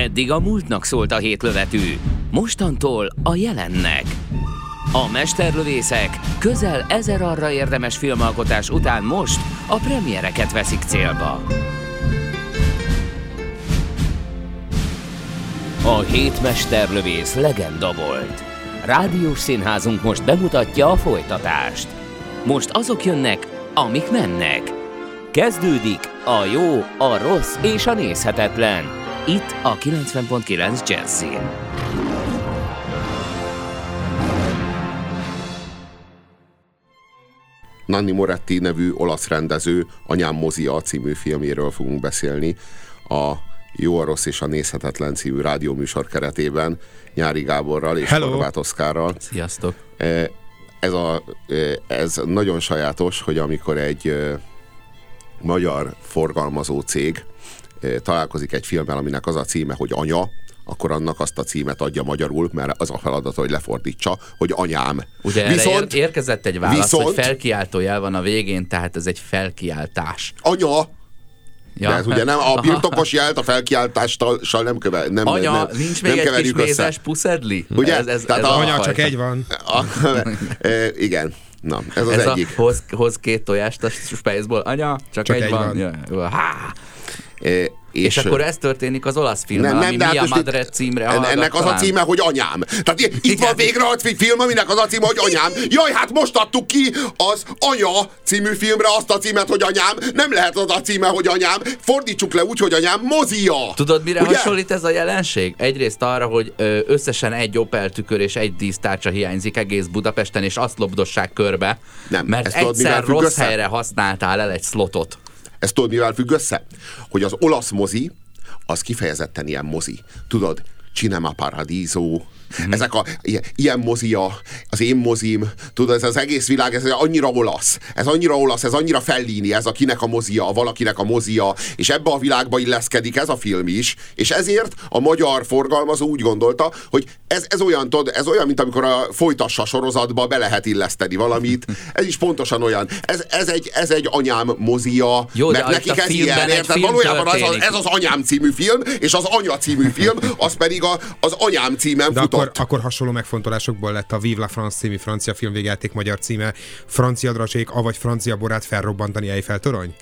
Eddig a múltnak szólt a hétlövetű, mostantól a jelennek. A mesterlövészek közel 1000 arra érdemes filmalkotás után most a premiereket veszik célba. A hét mesterlövész legenda volt. Rádiós színházunk most bemutatja a folytatást. Most azok jönnek, amik mennek. Kezdődik a jó, a rossz és a nézhetetlen. Itt a 90.9 Jazzin. Nanni Moretti nevű olasz rendező Anyám Mozia című filmjéről fogunk beszélni a Jó, a rossz és a nézhetetlen című rádióműsor keretében Nyári Gáborral és Horváth Oszkárral. Sziasztok! Ez nagyon sajátos, hogy amikor egy magyar forgalmazó cég találkozik egy filmmel, aminek az a címe, hogy Anya, akkor annak azt a címet adja magyarul, mert az a feladat, hogy lefordítsa, hogy anyám. Ugye viszont, érkezett egy válasz, hogy felkiáltójel van a végén, tehát ez egy felkiáltás. Anya! Ja. De ez ugye nem, a birtokos jelt a felkiáltással nem keverjük Anya, nincs még egy kis mézes puszedli? Ugye? Ez anya csak egy van. Igen. Na, ez az egyik. Hoz 2 tojást a spejzból. Anya, csak egy van. Ja. És akkor ez történik az olasz filmmel, ami Mia Madre címre hallgat. Ennek az a címe, hogy Anyám. Tehát itt van végre a film, aminek az a címe, hogy Anyám. Jaj, hát most adtuk ki az Anya című filmre azt a címet, hogy Anyám. Nem lehet az a címe, hogy Anyám. Fordítsuk le úgy, hogy Anyám Mozia. Tudod, mire hasonlít ez a jelenség? Egyrészt arra, hogy összesen egy Opel tükör és egy dísztárcsa hiányzik egész Budapesten, és azt lobdossák körbe, mert egyszer rossz helyre használtál el egy slotot. Ez tudod, mivel függ össze? Hogy az olasz mozi, az kifejezetten ilyen mozi. Tudod, Cinema Paradiso, ezek ilyen mozia, az én mozim, tudod, ez az egész világ, ez annyira olasz, ez annyira Fellini, ez akinek a mozia, valakinek a mozia, és ebbe a világba illeszkedik ez a film is, és ezért a magyar forgalmazó úgy gondolta, hogy ez olyan, mint amikor a Folytassa sorozatba be lehet illeszteni valamit, ez is pontosan olyan. Ez egy Anyám mozia, jó, mert nekik ez ilyen, érted? Valójában ez az Anyám című film, és az Anya című film, az pedig az Anyám címen futott. Akkor hasonló megfontolásokból lett a Vive la France című francia filmvégelték magyar címe Francia dracsék, avagy francia borát felrobbantani Eiffel torony?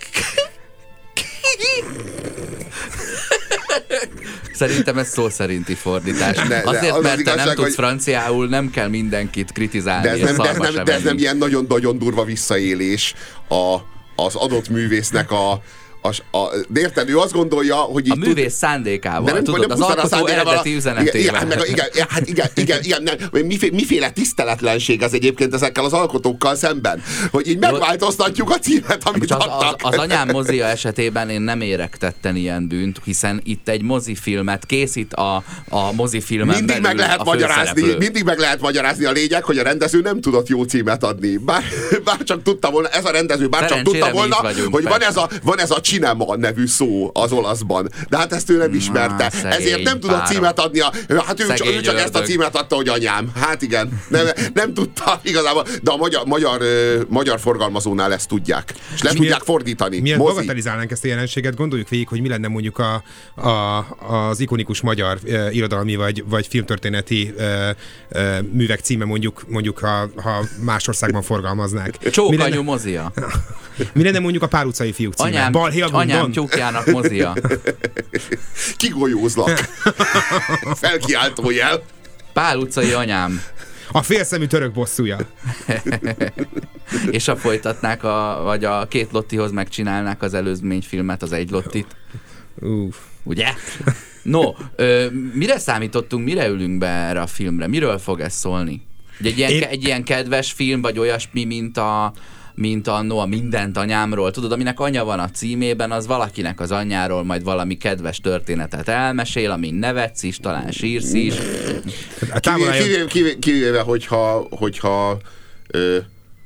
Szerintem ez szó szerinti fordítás. Azért, mert te nem tudsz franciául, nem kell mindenkit kritizálni. De ez nem ilyen nagyon-nagyon durva visszaélés az adott művésznek de érted, ő azt gondolja, hogy a művész szándékával, tudod, az alkotó eredeti üzenetével. Igen, miféle tiszteletlenség ez egyébként ezekkel az alkotókkal szemben, hogy így megváltoztatjuk a címet, amit adtak. Az Anyám Mozia esetében én nem érek tetten ilyen bűnt, hiszen itt egy mozifilmet készít a mozifilmen mindig belül mindig meg lehet magyarázni, a lényeg, hogy a rendező nem tudott jó címet adni. Bár csak tudta volna, ez a rendező csak tudta volna, hogy van ez a Cinema nevű szó az olaszban. De hát ezt ő nem ismerte. Ezért nem tudott címet adni. Hát ő csak ezt a címet adta, hogy Anyám. Hát igen. Nem tudta igazából. De a magyar forgalmazónál ezt tudják. És le tudják fordítani. Miért bagatelizálnánk ezt a jelenséget? Gondoljuk végig, hogy mi lenne mondjuk az ikonikus magyar irodalmi vagy filmtörténeti művek címe mondjuk ha más országban forgalmaznák. Csókanyú Mozia. Mi lenne mondjuk a Pál utcai fiúk címe? Anyám tyúkjának Mozia. Kigolyózlak. Felkiáltójel. Pál utcai anyám. A félszemű török bosszúja. És ha folytatnák, vagy a 2 Lottihoz megcsinálnák az előzményfilmet, az 1 Lottit. Ugye? No, mire számítottunk, mire ülünk be erre a filmre? Miről fog ez szólni? Egy ilyen kedves film, vagy olyasmi, mint annó a Mindent anyámról. Tudod, aminek anya van a címében, az valakinek az anyjáról majd valami kedves történetet elmesél, amin nevetsz is, talán sírsz is. Kivéve, hogyha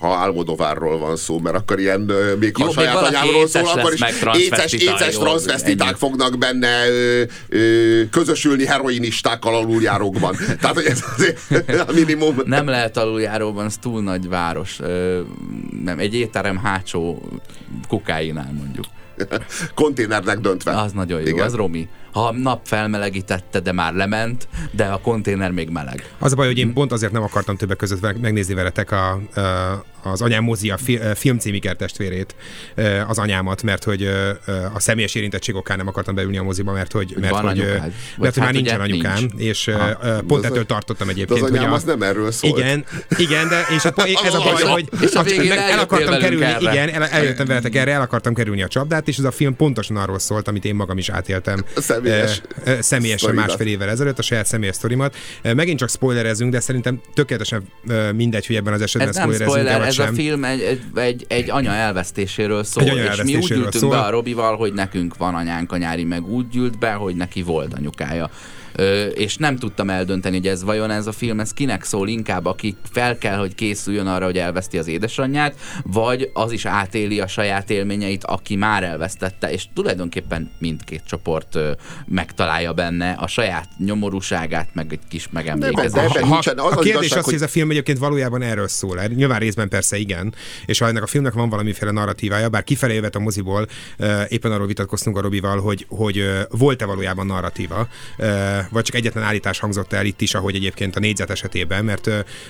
ha Almodóvárról van szó, mert akkor ilyen, még ha saját anyámról szól, akkor is éces transzvesztiták fognak benne közösülni heroinistákkal aluljárókban. Tehát, hogy ez azért a minimum. Nem lehet aluljáróban, ez túl nagy város. Nem, egy étterem hátsó kokáinál mondjuk. Konténernek döntve. Az nagyon jó, igen. Az Romi. Ha a nap felmelegítette, de már lement, de a konténer még meleg. Az a baj, hogy én pont azért nem akartam többek között megnézni veletek az Anyám mozi a filmcímikertestvérét, az anyámat, mert hogy a személyes érintettség okán nem akartam beülni a moziba, mert hogy már nincsen anyukám, nincs. És pont ettől tartottam egyébként. De az anyám az nem erről szólt. Igen, de és ez a baj, hogy el akartam kerülni, eljöttem veletek erre, el akartam kerülni a csapdát, és ez a film pontosan arról szólt, amit én magam is átéltem. Személyesen másfél évvel ezelőtt, a saját személyes sztorimat. Megint csak spoilerezünk, de szerintem tökéletesen mindegy, hogy ebben az esetben spoilerezünk el, vagy sem. Ez a film egy anya elvesztéséről szól, és mi úgy ültünk be a Robival, hogy nekünk van anyánk, a Nyári meg úgy ült be, hogy neki volt anyukája. És nem tudtam eldönteni, hogy ez vajon ez a film, ez kinek szól inkább, aki fel kell, hogy készüljön arra, hogy elveszti az édesanyját, vagy az is átéli a saját élményeit, aki már elvesztette, és tulajdonképpen mindkét csoport megtalálja benne a saját nyomorúságát, meg egy kis megemlékezést. A kérdés az, hogy ez a film egyébként valójában erről szól. Nyilván részben persze igen, és ha ennek a filmnek van valamiféle narratívája, bár kifelé jövet a moziból, éppen arról vitatkoztunk a Robival, hogy volt-e valójában narratíva, vagy csak egyetlen állítás hangzott el itt is, ahogy egyébként a Négyzet esetében, mert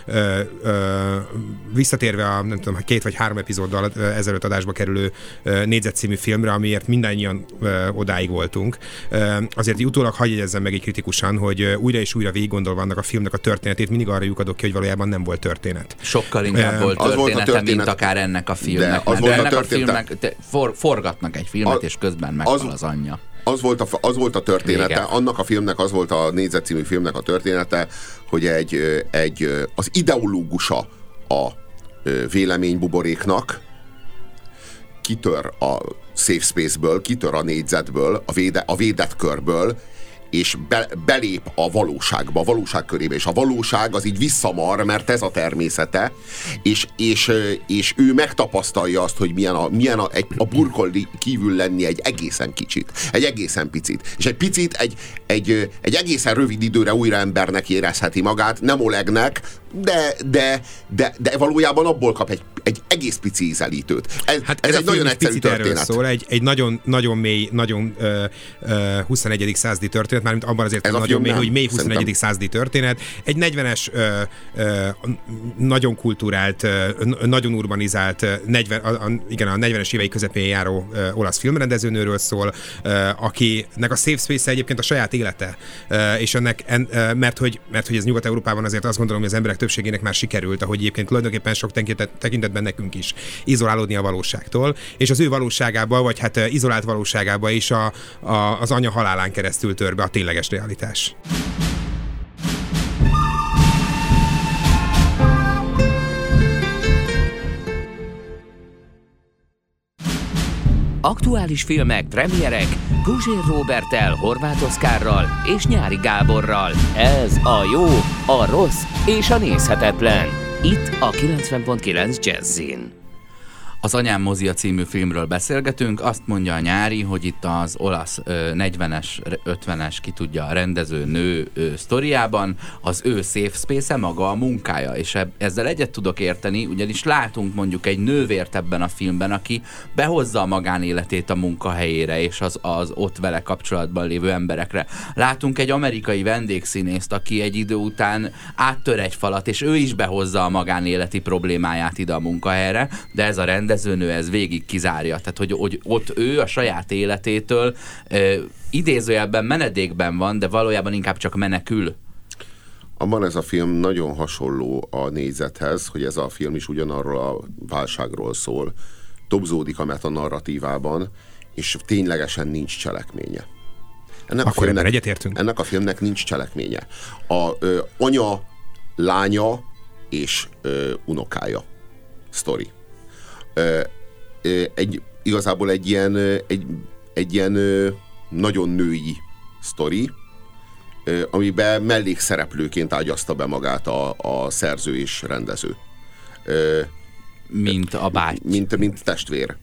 visszatérve a nem tudom, 2 vagy 3 epizóddal ezelőtt adásba kerülő Négyzet című filmre, amiért mindannyian odáig voltunk, azért utólag hadd jegyezzem meg egy kritikusan, hogy újra és újra végig gondolva annak a filmnek a történetét, mindig arra lyukadok ki, hogy valójában nem volt történet. Sokkal inkább volt története, mint akár ennek a filmnek. De ennek a filmnek forgatnak egy filmet, és közben meghal az anyja. Az volt a története, igen. Annak a filmnek az volt a Négyzet című filmnek a története, hogy az ideológusa a véleménybuboréknak kitör a safe space-ből, kitör a négyzetből, a védett körből, és belép a valóságba, a valóság körébe, és a valóság az így visszamar, mert ez a természete, és ő megtapasztalja azt, hogy milyen a burkol kívül lenni egy egészen kicsit, egy egészen picit. És egy picit, egy egészen rövid időre újra embernek érezheti magát, nem Olegnek, de valójában abból kap egy egész pici ízelítőt. Ez egy nagyon egyszerű történet. Szól, egy nagyon, nagyon mély, nagyon 21. századi történet, mármint abban azért nagyon mély, hogy mély 21. századi történet. Egy 40-es, nagyon kulturált, nagyon urbanizált, a 40-es évei közepén járó olasz filmrendezőnőről szól, akinek a safe space egyébként a saját élete. És mert hogy ez Nyugat-Európában azért azt gondolom, hogy az emberek többségének már sikerült, ahogy egyébként tulajdonképpen sok tekintetben nekünk is izolálódni a valóságtól, és az ő valóságába, vagy hát izolált valóságába is az anya halálán keresztül tör be a tényleges realitás. Aktuális filmek, premierek Guzsér Róberttel, Horváth Oszkárral és Nyári Gáborral. Ez a jó, a rossz és a nézhetetlen. Itt a 90.9 Jazzin. Az Anyám mozia című filmről beszélgetünk. Azt mondja a Nyári, hogy itt az olasz 40-es, 50-es, ki tudja, a rendező nő sztoriában az ő safe space-e maga a munkája, és ezzel egyet tudok érteni, ugyanis látunk mondjuk egy nővért ebben a filmben, aki behozza a magánéletét a munkahelyére, és az ott vele kapcsolatban lévő emberekre. Látunk egy amerikai vendégszínészt, aki egy idő után áttör egy falat, és ő is behozza a magánéleti problémáját ide a munkahelyre, de ez a rendezőnő ez végig kizárja. Tehát, hogy ott ő a saját életétől idézőjelben menedékben van, de valójában inkább csak menekül. Abban ez a film nagyon hasonló a Négyzethez, hogy ez a film is ugyanarról a válságról szól, dobzódik a metanarratívában, és ténylegesen nincs cselekménye. Akkor ebben egyetértünk. Ennek a filmnek nincs cselekménye. Anya, lánya és unokája sztori. Igazából egy ilyen nagyon női sztori, amiben mellékszereplőként ágyazta be magát a szerző és rendező. mint a báty. Mint testvér.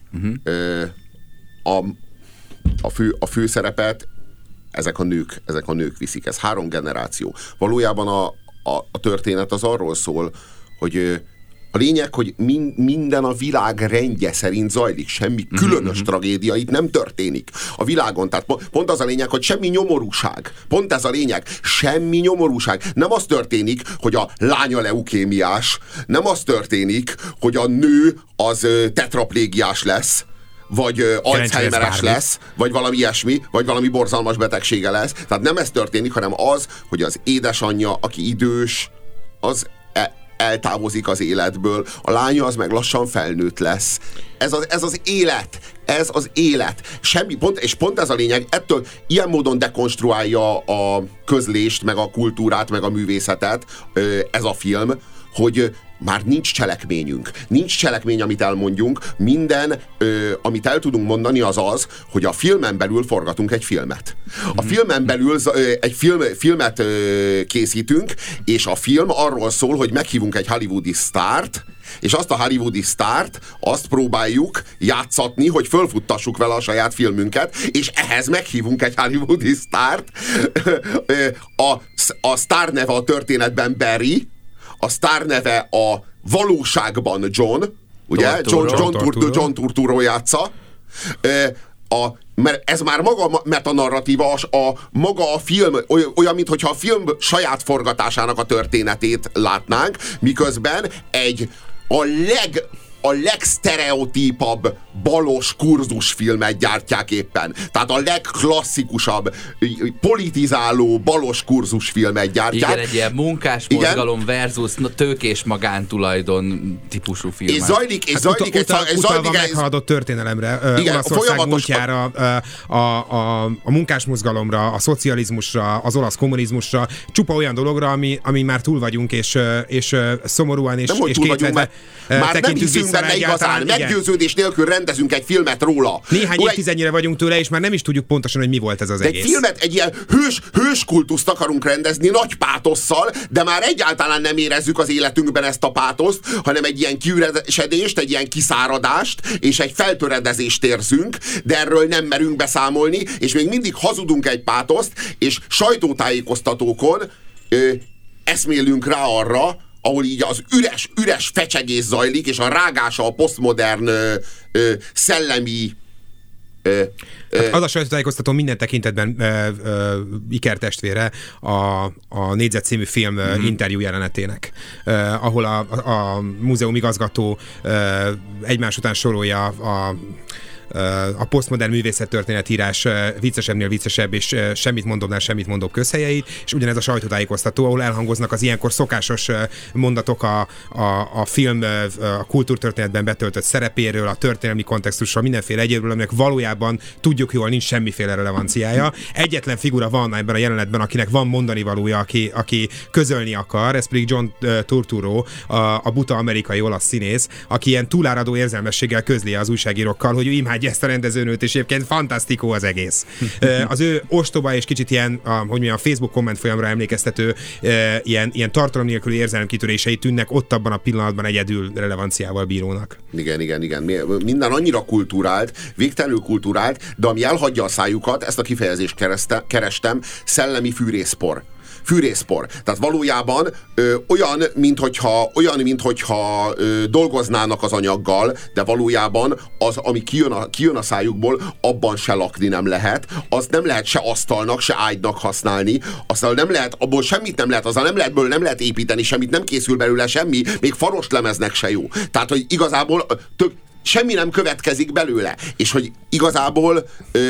A főszerepet ezek a nők viszik. Ez 3 generáció. Valójában a történet az arról szól, hogy a lényeg, hogy minden a világ rendje szerint zajlik, semmi különös tragédia itt nem történik a világon. Tehát pont az a lényeg, hogy semmi nyomorúság. Pont ez a lényeg. Semmi nyomorúság. Nem az történik, hogy a lánya leukémiás, nem az történik, hogy a nő az tetraplégiás lesz, vagy Alzheimeres lesz, vagy valami ilyesmi, vagy valami borzalmas betegsége lesz. Tehát nem ez történik, hanem az, hogy az édesanyja, aki idős, az eltávozik az életből, a lánya az meg lassan felnőtt lesz. Ez az élet. Ez az élet. És pont ez a lényeg, ettől ilyen módon dekonstruálja a közlést, meg a kultúrát, meg a művészetet ez a film, hogy már nincs cselekményünk. Nincs cselekmény, amit elmondjunk. Minden, amit el tudunk mondani, az az, hogy a filmen belül forgatunk egy filmet. A filmen belül egy filmet készítünk, és a film arról szól, hogy meghívunk egy hollywoodi sztárt, és azt a hollywoodi sztárt, azt próbáljuk játszatni, hogy fölfuttassuk vele a saját filmünket, és ehhez meghívunk egy hollywoodi sztárt. A sztár neve a történetben Barry, a sztár neve a valóságban John, ugye? John Turturro játsza. Mert ez már maga metanarratíva, maga a film, olyan, mintha a film saját forgatásának a történetét látnánk, miközben a legsztereotípabb balos kurzusfilmet gyártják éppen. Tehát a legklasszikusabb, politizáló balos kurzusfilmet gyártják. Igen, egy ilyen munkásmozgalom versus tőkés magántulajdon típusú film. És zajlik utalva meghaladott történelemre, Olaszország múltjára, a munkásmozgalomra, a szocializmusra, az olasz kommunizmusra, csupa olyan dologra, ami már túl vagyunk, és szomorúan és kétkedve már nem hiszünk benne igazán. Meggyőződés nélkül rendezünk egy filmet róla. Néhány évtizednyire vagyunk tőle, és már nem is tudjuk pontosan, hogy mi volt ez az egész. Egy filmet, egy ilyen hős kultuszt akarunk rendezni, nagy pátosszal, de már egyáltalán nem érezzük az életünkben ezt a pátoszt, hanem egy ilyen kiüresedést, egy ilyen kiszáradást, és egy feltöredezést érzünk, de erről nem merünk beszámolni, és még mindig hazudunk egy pátoszt, és sajtótájékoztatókon eszmélünk rá arra, ahol így az üres fecsegés zajlik, és a rágása a posztmodern szellemi... Az a sajtótájékoztató minden tekintetben ikertestvére a Négyzet című film interjú jelenetének, ahol a múzeum igazgató egymás után sorolja a posztmodern művészettörténetírás viccesebbnél viccesebb és semmit mondóbb közhelyeit, és ugyanez a sajtótájékoztató, ahol elhangoznak az ilyenkor szokásos mondatok a film, a kultúrtörténetben betöltött szerepéről, a történelmi kontextusról, mindenféle egyébről, aminek valójában tudjuk jól, nincs semmiféle relevanciája. Egyetlen figura van ebben a jelenetben, akinek van mondani valója, aki közölni akar, ez pedig John Turturro, a buta amerikai olasz színész, aki ilyen túláradó érzelmességgel közli az újságírókkal, hogy ő imádja ezt a rendezőnőt, és egyébként fantasztikó az egész. Az ő ostoba és kicsit ilyen, a Facebook komment folyamra emlékeztető ilyen tartalom nélküli érzelemkitörései tűnnek ott abban a pillanatban egyedül relevanciával bírónak. Igen. Minden annyira kulturált, végtelenül kulturált, de ami elhagyja a szájukat, ezt a kifejezést kerestem, szellemi fűrészpor. Tehát valójában olyan, minthogyha dolgoznának az anyaggal, de valójában az, ami kijön a szájukból, abban se lakni nem lehet. Azt nem lehet se asztalnak, se ágynak használni. Aztán nem lehet, abból semmit nem lehet, nem lehet építeni semmit, nem készül belőle semmi, még faros lemeznek se jó. Tehát, hogy igazából semmi nem következik belőle. És hogy igazából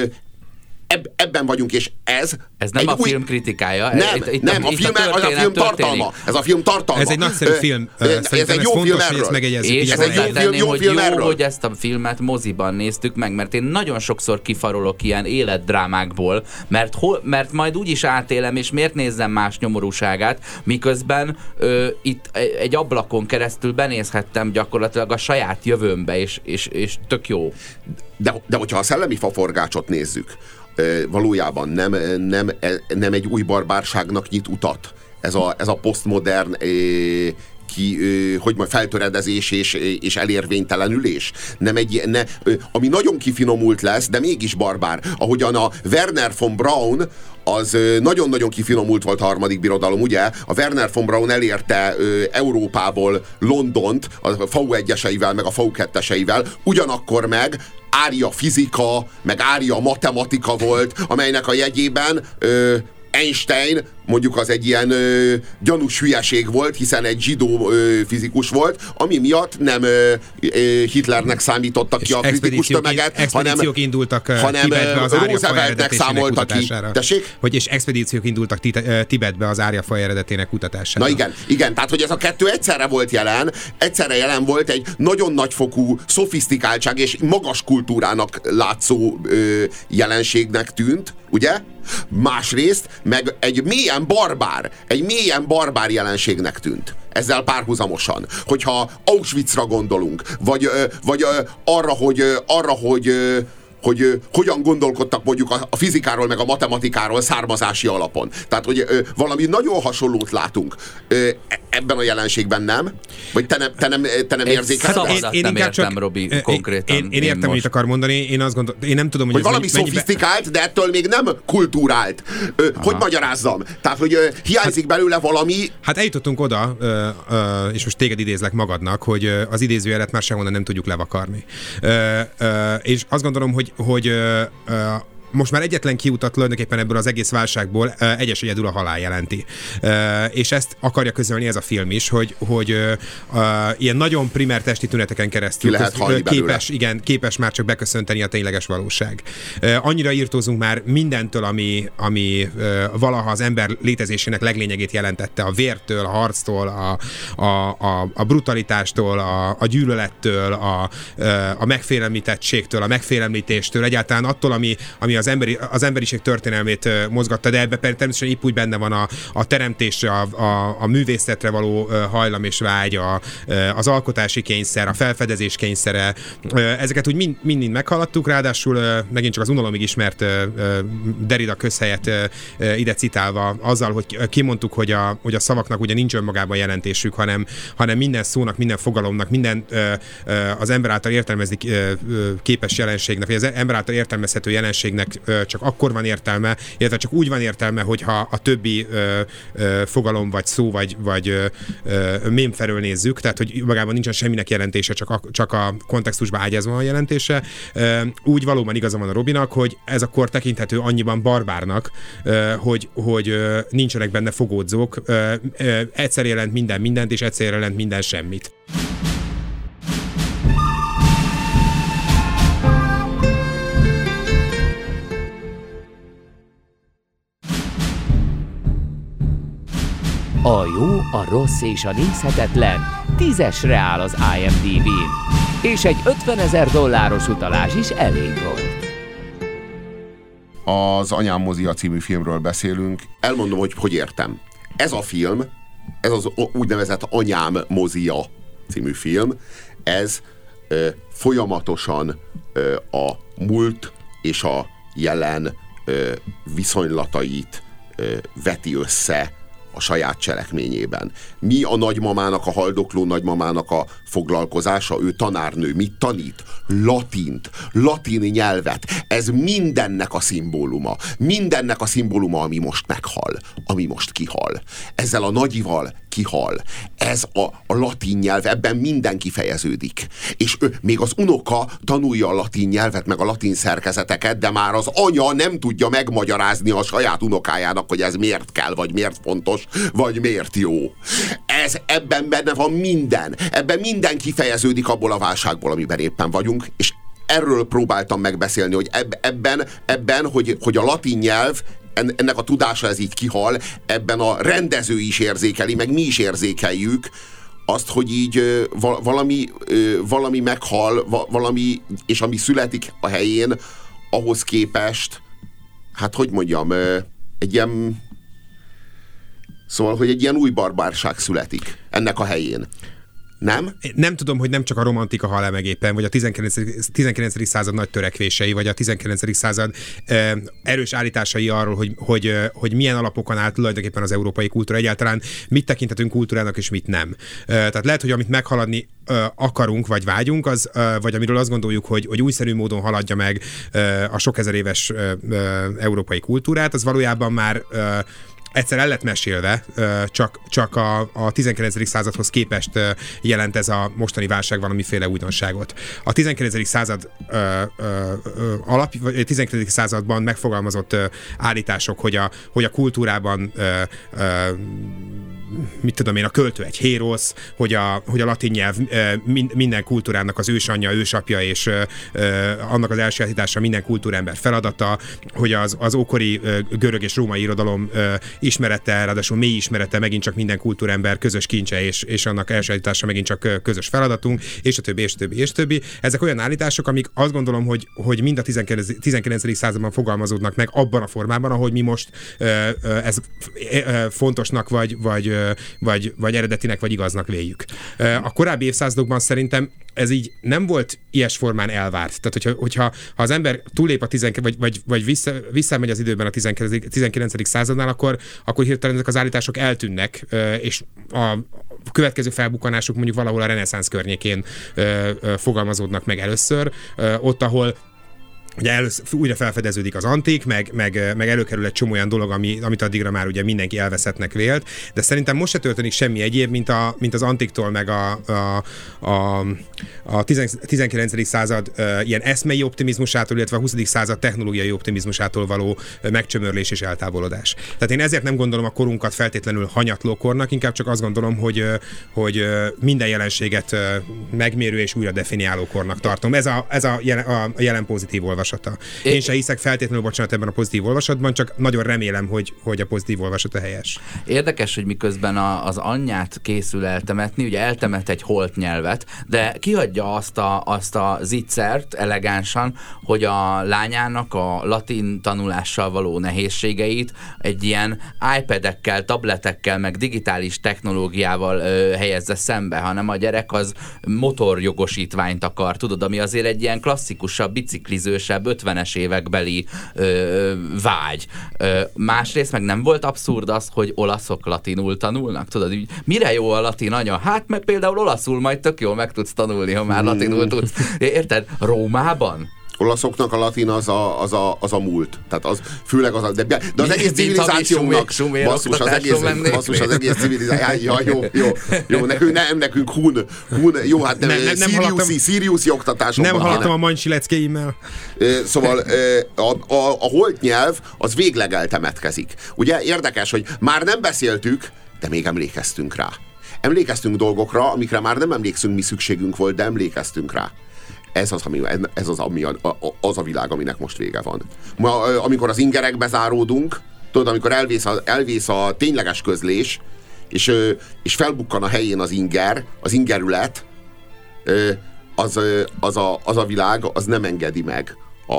ebben vagyunk, és ez nem a film kritikája. Nem, a film tartalma. Ez a film tartalma. Ez egy nagyszerű film. Ez egy jó film erről. És hozzátenném, hogy jó, hogy ezt a filmet moziban néztük meg, mert én nagyon sokszor kifarolok ilyen életdrámákból, mert majd úgyis átélem, és miért nézzem más nyomorúságát, miközben itt egy ablakon keresztül benézhettem gyakorlatilag a saját jövőmbe, és tök jó. De hogyha a szellemi faforgácsot nézzük, valójában nem egy új barbárságnak nyit utat. Ez a posztmodern feltöredezés és elérvénytelenülés. Ami nagyon kifinomult lesz, de mégis barbár. Ahogyan a Werner von Braun az nagyon-nagyon kifinomult volt a harmadik birodalom, ugye? A Werner von Braun elérte Európából Londont a FAU1-eseivel, meg a FAU2-eseivel, ugyanakkor meg ária fizika, meg ária matematika volt, amelynek a jegyében Einstein mondjuk az egy ilyen gyanús hülyeség volt, hiszen egy zsidó fizikus volt, ami miatt nem Hitlernek számítottak ki a kritikus tömeget, expedíciók indultak Tibetbe az árjafaj eredetének kutatására. És expedíciók indultak Tibetbe az árjafaj eredetének kutatására. Na igen, tehát hogy ez a kettő egyszerre jelen volt egy nagyon nagyfokú szofisztikáltság és magas kultúrának látszó jelenségnek tűnt, ugye? Másrészt meg egy mélyen barbár jelenségnek tűnt. Ezzel párhuzamosan. Hogyha Auschwitzra gondolunk, vagy arra, hogy hogyan gondolkodtak mondjuk a fizikáról meg a matematikáról származási alapon. Tehát, hogy valami nagyon hasonlót látunk ebben a jelenségben, nem? Vagy te nem érzékeled? Én inkább csak Robi, konkrétan. Én értem, mit akar mondani. Én azt gondolom, én nem tudom, hogy valami szofisztikált, de ettől még nem kulturált. Hogy magyarázzam? Tehát, hogy hiányzik belőle valami... Hát eljutottunk oda, és most téged idézlek magadnak, hogy az idézőjelet már sehonnan nem tudjuk levakarni. És azt gondolom, hogy most már egyetlen kiutat tulajdonképpen ebből az egész válságból egyes egyedül a halál jelenti. És ezt akarja közölni ez a film is, hogy ilyen nagyon primer testi tüneteken keresztül képes már csak beköszönteni a tényleges valóság. Annyira írtózunk már mindentől, ami valaha az ember létezésének leglényegét jelentette, a vértől, a harctól, a brutalitástól, a gyűlölettől, a megfélemlítettségtől, a megfélemlítéstől, egyáltalán attól, ami az emberiség történelmét mozgatta, de ebben természetesen épp úgy benne van a teremtésre, a művészetre való hajlam és vágy, az alkotási kényszer, a felfedezés kényszere. Ezeket úgy mind meghallattuk, ráadásul megint csak az unalomig ismert Derrida közhelyet ide citálva, azzal, hogy kimondtuk, hogy a szavaknak ugye nincs önmagában jelentésük, hanem minden szónak, minden fogalomnak, minden az ember által értelmezni képes jelenségnek, vagy az ember által értelmezhető jelenségnek csak akkor van értelme, illetve csak úgy van értelme, hogyha a többi fogalom, vagy szó, vagy mém felől nézzük, tehát hogy magában nincsen semminek jelentése, csak a kontextusba ágyazva a jelentése. Úgy valóban igaza van a Robinak, hogy ez akkor tekinthető annyiban barbárnak, hogy nincsenek benne fogódzók, egyszer jelent minden mindent, és egyszer jelent minden semmit. A jó, a rossz és a nézhetetlen 10-esre áll az IMDb-n, és egy $50,000 utalás is elég volt. Az Anyám mozia című filmről beszélünk. Elmondom, hogy értem. Ez a film, ez az úgynevezett Anyám mozia című film, ez folyamatosan a múlt és a jelen viszonylatait veti össze a saját cselekményében. Mi a nagymamának, a haldokló nagymamának a foglalkozása? Ő tanárnő. Mit tanít? Latin nyelvet. Ez mindennek a szimbóluma. Mindennek a szimbóluma, ami most meghal. Ami most kihal. Ezzel a nagyival kihal. Ez a latin nyelv, ebben minden kifejeződik. És még az unoka tanulja a latin nyelvet, meg a latin szerkezeteket, de már az anya nem tudja megmagyarázni a saját unokájának, hogy ez miért kell, vagy miért fontos, vagy miért jó. Ebben benne van minden. Ebben minden kifejeződik abból a válságból, amiben éppen vagyunk, és erről próbáltam megbeszélni, hogy ebben hogy a latin nyelv, ennek a tudása ez így kihal, ebben a rendező is érzékeli, meg mi is érzékeljük azt, hogy így valami meghal, valami, és ami születik a helyén, ahhoz képest, hát hogy mondjam, egy ilyen, szóval, hogy egy ilyen új barbárság születik ennek a helyén. Nem? Nem tudom, hogy nem csak a romantika hal el meg éppen, vagy a 19. század nagy törekvései, vagy a 19. század erős állításai arról, hogy milyen alapokon áll tulajdonképpen az európai kultúra, egyáltalán mit tekinthetünk kultúrának, és mit nem. Tehát lehet, hogy amit meghaladni akarunk, vagy vágyunk, vagy amiről azt gondoljuk, hogy újszerű módon haladja meg a sok ezer éves európai kultúrát, az valójában már egyszer el lett mesélve, csak a 19. századhoz képest jelent ez a mostani válság valamiféle újdonságot. A 19. század 19. században megfogalmazott állítások, hogy a kultúrában mit tudom én, a költő egy hérosz, hogy a latin nyelv minden kultúrának az ősanyja, ősapja, és annak az elsajátítása minden kultúrember feladata, hogy az ókori görög és római irodalom ismerete, ráadásul mély ismerete megint csak minden kultúrember közös kincse, és annak elsajátítása megint csak közös feladatunk, és a többi, és a többi, és a többi. Ezek olyan állítások, amik azt gondolom, hogy mind a 19. században fogalmazódnak meg abban a formában, ahogy mi most ez fontosnak, vagy eredetinek, vagy igaznak véljük. A korábbi évszázadokban szerintem ez így nem volt ilyes formán elvárt. Tehát, hogyha az ember túllép vagy visszamegy az időben a 19. századnál, akkor hirtelen ezek az állítások eltűnnek, és a következő felbukkanások mondjuk valahol a reneszánsz környékén fogalmazódnak meg először, ott, ahol ugye újra felfedeződik az antik, meg előkerül egy csomó olyan dolog, amit addigra már ugye mindenki elveszettnek vélt, de szerintem most se történik semmi egyéb, mint az antiktól, meg a 19. század ilyen eszmei optimizmusától, illetve a 20. század technológiai optimizmusától való megcsömörlés és eltávolodás. Tehát én ezért nem gondolom a korunkat feltétlenül hanyatló kornak, inkább csak azt gondolom, hogy minden jelenséget megmérő és újra definiáló kornak tartom. Ez a jelen pozitív olvasata. Én se hiszek feltétlenül, bocsánat, ebben a pozitív olvasatban, csak nagyon remélem, hogy a pozitív olvasata helyes. Érdekes, hogy miközben az anyját készül eltemetni, ugye eltemet egy holt nyelvet, de kihagyja azt a zicsert elegánsan, hogy a lányának a latin tanulással való nehézségeit egy ilyen iPad-ekkel, tabletekkel, meg digitális technológiával helyezze szembe, hanem a gyerek az motorjogosítványt akar, tudod, ami azért egy ilyen klasszikusabb, biciklizősebb, 50-es évekbeli vágy. Másrészt meg nem volt abszurd az, hogy olaszok latinul tanulnak? Tudod, így, mire jó a latin anya? Hát mert például olaszul majd tök jól meg tudsz tanulni, ha már latinul tudsz. Érted? Rómában? Olaszoknak a latin az a múlt. Tehát az főleg az de az egész civilizációnak basszus, az egész civilizáció. Jó, nekünk hun, jó, hát nem Siriusi oktatásokban. Nem hallottam a Mancsi leckeimmel. Szóval a holt nyelv az végleg eltemetkezik. Ugye érdekes, hogy már nem beszéltük, de még emlékeztünk rá. Emlékeztünk dolgokra, amikre már nem emlékszünk, mi szükségünk volt, de emlékeztünk rá. Ez az a világ, aminek most vége van. Amikor az ingerekbe záródunk, tudod, amikor elvész a tényleges közlés, és felbukkan a helyén az ingerület, az a világ, az nem engedi meg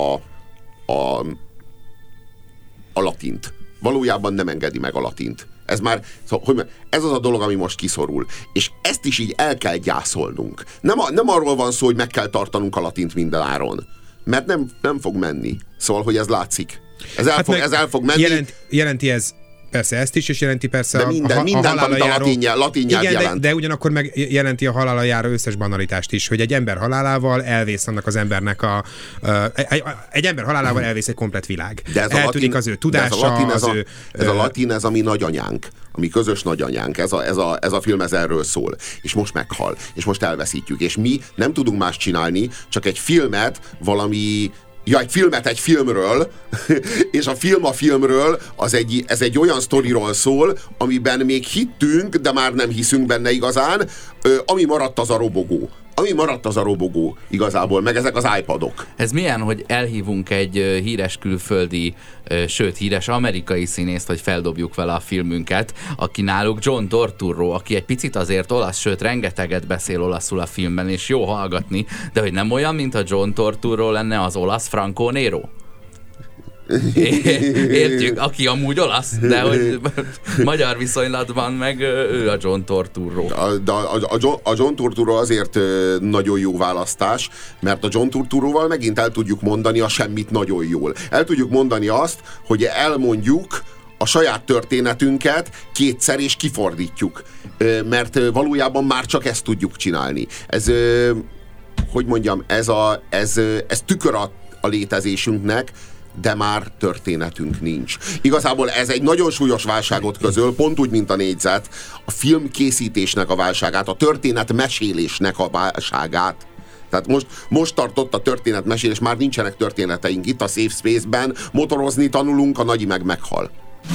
a latint. Valójában nem engedi meg a latint. Ez az a dolog, ami most kiszorul. És ezt is így el kell gyászolnunk. Nem arról van szó, hogy meg kell tartanunk a latint minden áron. Mert nem fog menni. Szóval, hogy ez látszik. Ez el fog menni. Jelenti ez persze ezt is, és jelenti persze de mindent, amit a latin nyelv jelent. De ugyanakkor meg jelenti a halála járó összes banalitást is, hogy egy ember halálával elvész annak az embernek egy ember halálával elvész egy komplett világ. Eltűnik az ő tudása, ez a latin, ez a mi nagyanyánk, a mi közös nagyanyánk, ez a film ez erről szól. És most meghal, és most elveszítjük. És mi nem tudunk más csinálni, csak egy filmet egy filmet egy filmről, és a filmről ez egy olyan sztoriról szól, amiben még hittünk, de már nem hiszünk benne igazán, ami maradt az a robogó igazából, meg ezek az iPadok. Ez milyen, hogy elhívunk egy híres külföldi, sőt híres amerikai színészt, hogy feldobjuk vele a filmünket, aki náluk John Turturro, aki egy picit azért olasz, sőt rengeteget beszél olaszul a filmben, és jó hallgatni, de hogy nem olyan, mint a John Turturro lenne az olasz Franco Nero? Értjük, aki amúgy olasz, de hogy magyar viszonylatban meg ő a John Turturro. A John Turturro azért nagyon jó választás, mert a John Turturroval megint el tudjuk mondani a semmit nagyon jól. El tudjuk mondani azt, hogy elmondjuk a saját történetünket kétszer és kifordítjuk. Mert valójában már csak ezt tudjuk csinálni. Ez, hogy mondjam, ez tükör a létezésünknek, de már történetünk nincs. Igazából ez egy nagyon súlyos válságot közöl, pont úgy, mint a négyzet, a filmkészítésnek a válságát, a történetmesélésnek a válságát. Tehát most tartott a történetmesélés, már nincsenek történeteink itt a Safe Space-ben, motorozni tanulunk, a Nagyi meg meghal.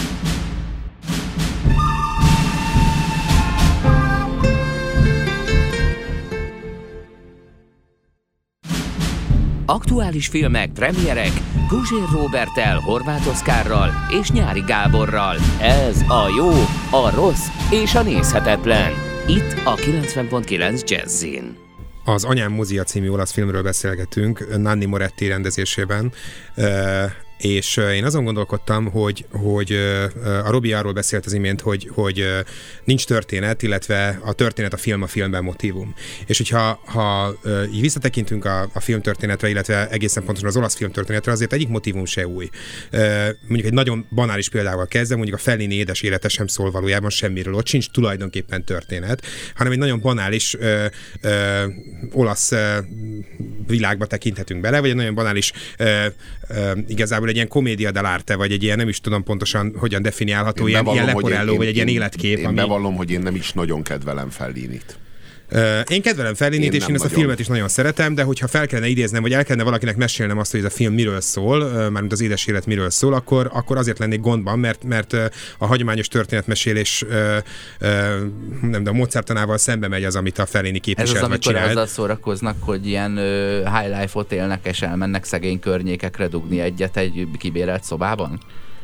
Aktuális filmek, premierek, Puzsér Róberttel, Horváth Oszkárral és Nyári Gáborral. Ez a jó, a rossz és a nézhetetlen. Itt a 90.9 Jazzin. Az Anyám mozia című olasz filmről beszélgetünk, Nanni Moretti rendezésében, és én azon gondolkodtam, hogy a Robi arról beszélt az imént, hogy nincs történet, illetve a történet a filmben motívum. És hogyha így visszatekintünk a filmtörténetre, illetve egészen pontosan az olasz filmtörténetre, azért egyik motívum se új. Mondjuk egy nagyon banális példával kezdem, mondjuk a Fellini édes élete sem szól valójában semmiről, ott sincs tulajdonképpen történet, hanem egy nagyon banális olasz világba tekinthetünk bele, vagy egy nagyon banális igazából egy ilyen comédia dell'arte, vagy egy ilyen, nem is tudom pontosan hogyan definiálható, ilyen leporelló, vagy egy ilyen életkép. Én bevallom, hogy én nem is nagyon kedvelem Fellinit. Én kedvelem Fellinit, és én ezt a filmet is nagyon szeretem, de hogyha fel kellene idéznem, vagy el kellene valakinek mesélnem azt, hogy ez a film miről szól, mármint az édes élet miről szól, akkor azért lennék gondban, mert a hagyományos történetmesélés nem, de a Mozartanával szembe megy az, amit a Fellini képviselt. Ez az, amikor azzal szórakoznak, hogy ilyen high life-ot élnek, és elmennek szegény környékekre dugni egyet egy kibérelt szobában?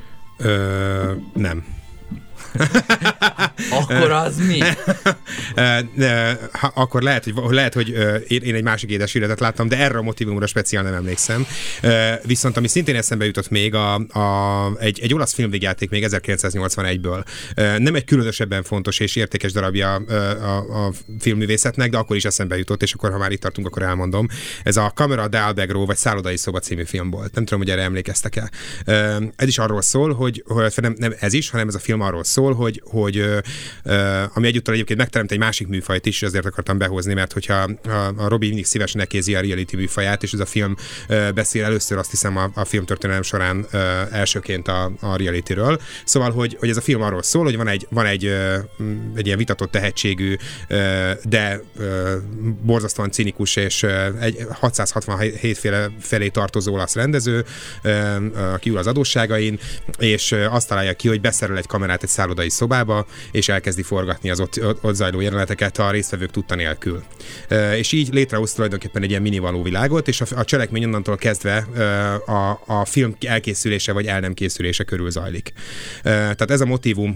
Nem. Akkor az mi? Akkor lehet, hogy én egy másik édes életet láttam, de erre a motívumra speciál nem emlékszem. Viszont ami szintén eszembe jutott még, egy olasz filmvégjáték még 1981-ből. Nem egy különösebben fontos és értékes darabja a filmművészetnek, de akkor is eszembe jutott, és akkor, ha már itt tartunk, akkor elmondom. Ez a Camera d'Albergo, vagy Szállodai szoba című film volt. Nem tudom, hogy erre emlékeztek-e. Ez is arról szól, hogy nem ez is, hanem ez a film arról szól, hogy ami egyúttal egyébként megteremt egy másik műfajt is, ezért akartam behozni, mert hogyha a Robi mindig szívesen nekézi a reality műfaját, és ez a film beszél először, azt hiszem, a filmtörténelem során elsőként a realityről. Szóval, hogy ez a film arról szól, hogy van egy ilyen vitatott tehetségű, de borzasztóan cinikus és egy 667 felé tartozó olasz rendező, aki ül az adósságain, és azt találja ki, hogy beszerel egy kamerát egy szállodai szobába, és elkezdi forgatni az ott zajló jeleneteket a résztvevők tudta nélkül. És így létrehoz tulajdonképpen egy ilyen minivaló világot, és a cselekmény onnantól kezdve a film elkészülése vagy el nem készülése körül zajlik. Tehát ez a motívum,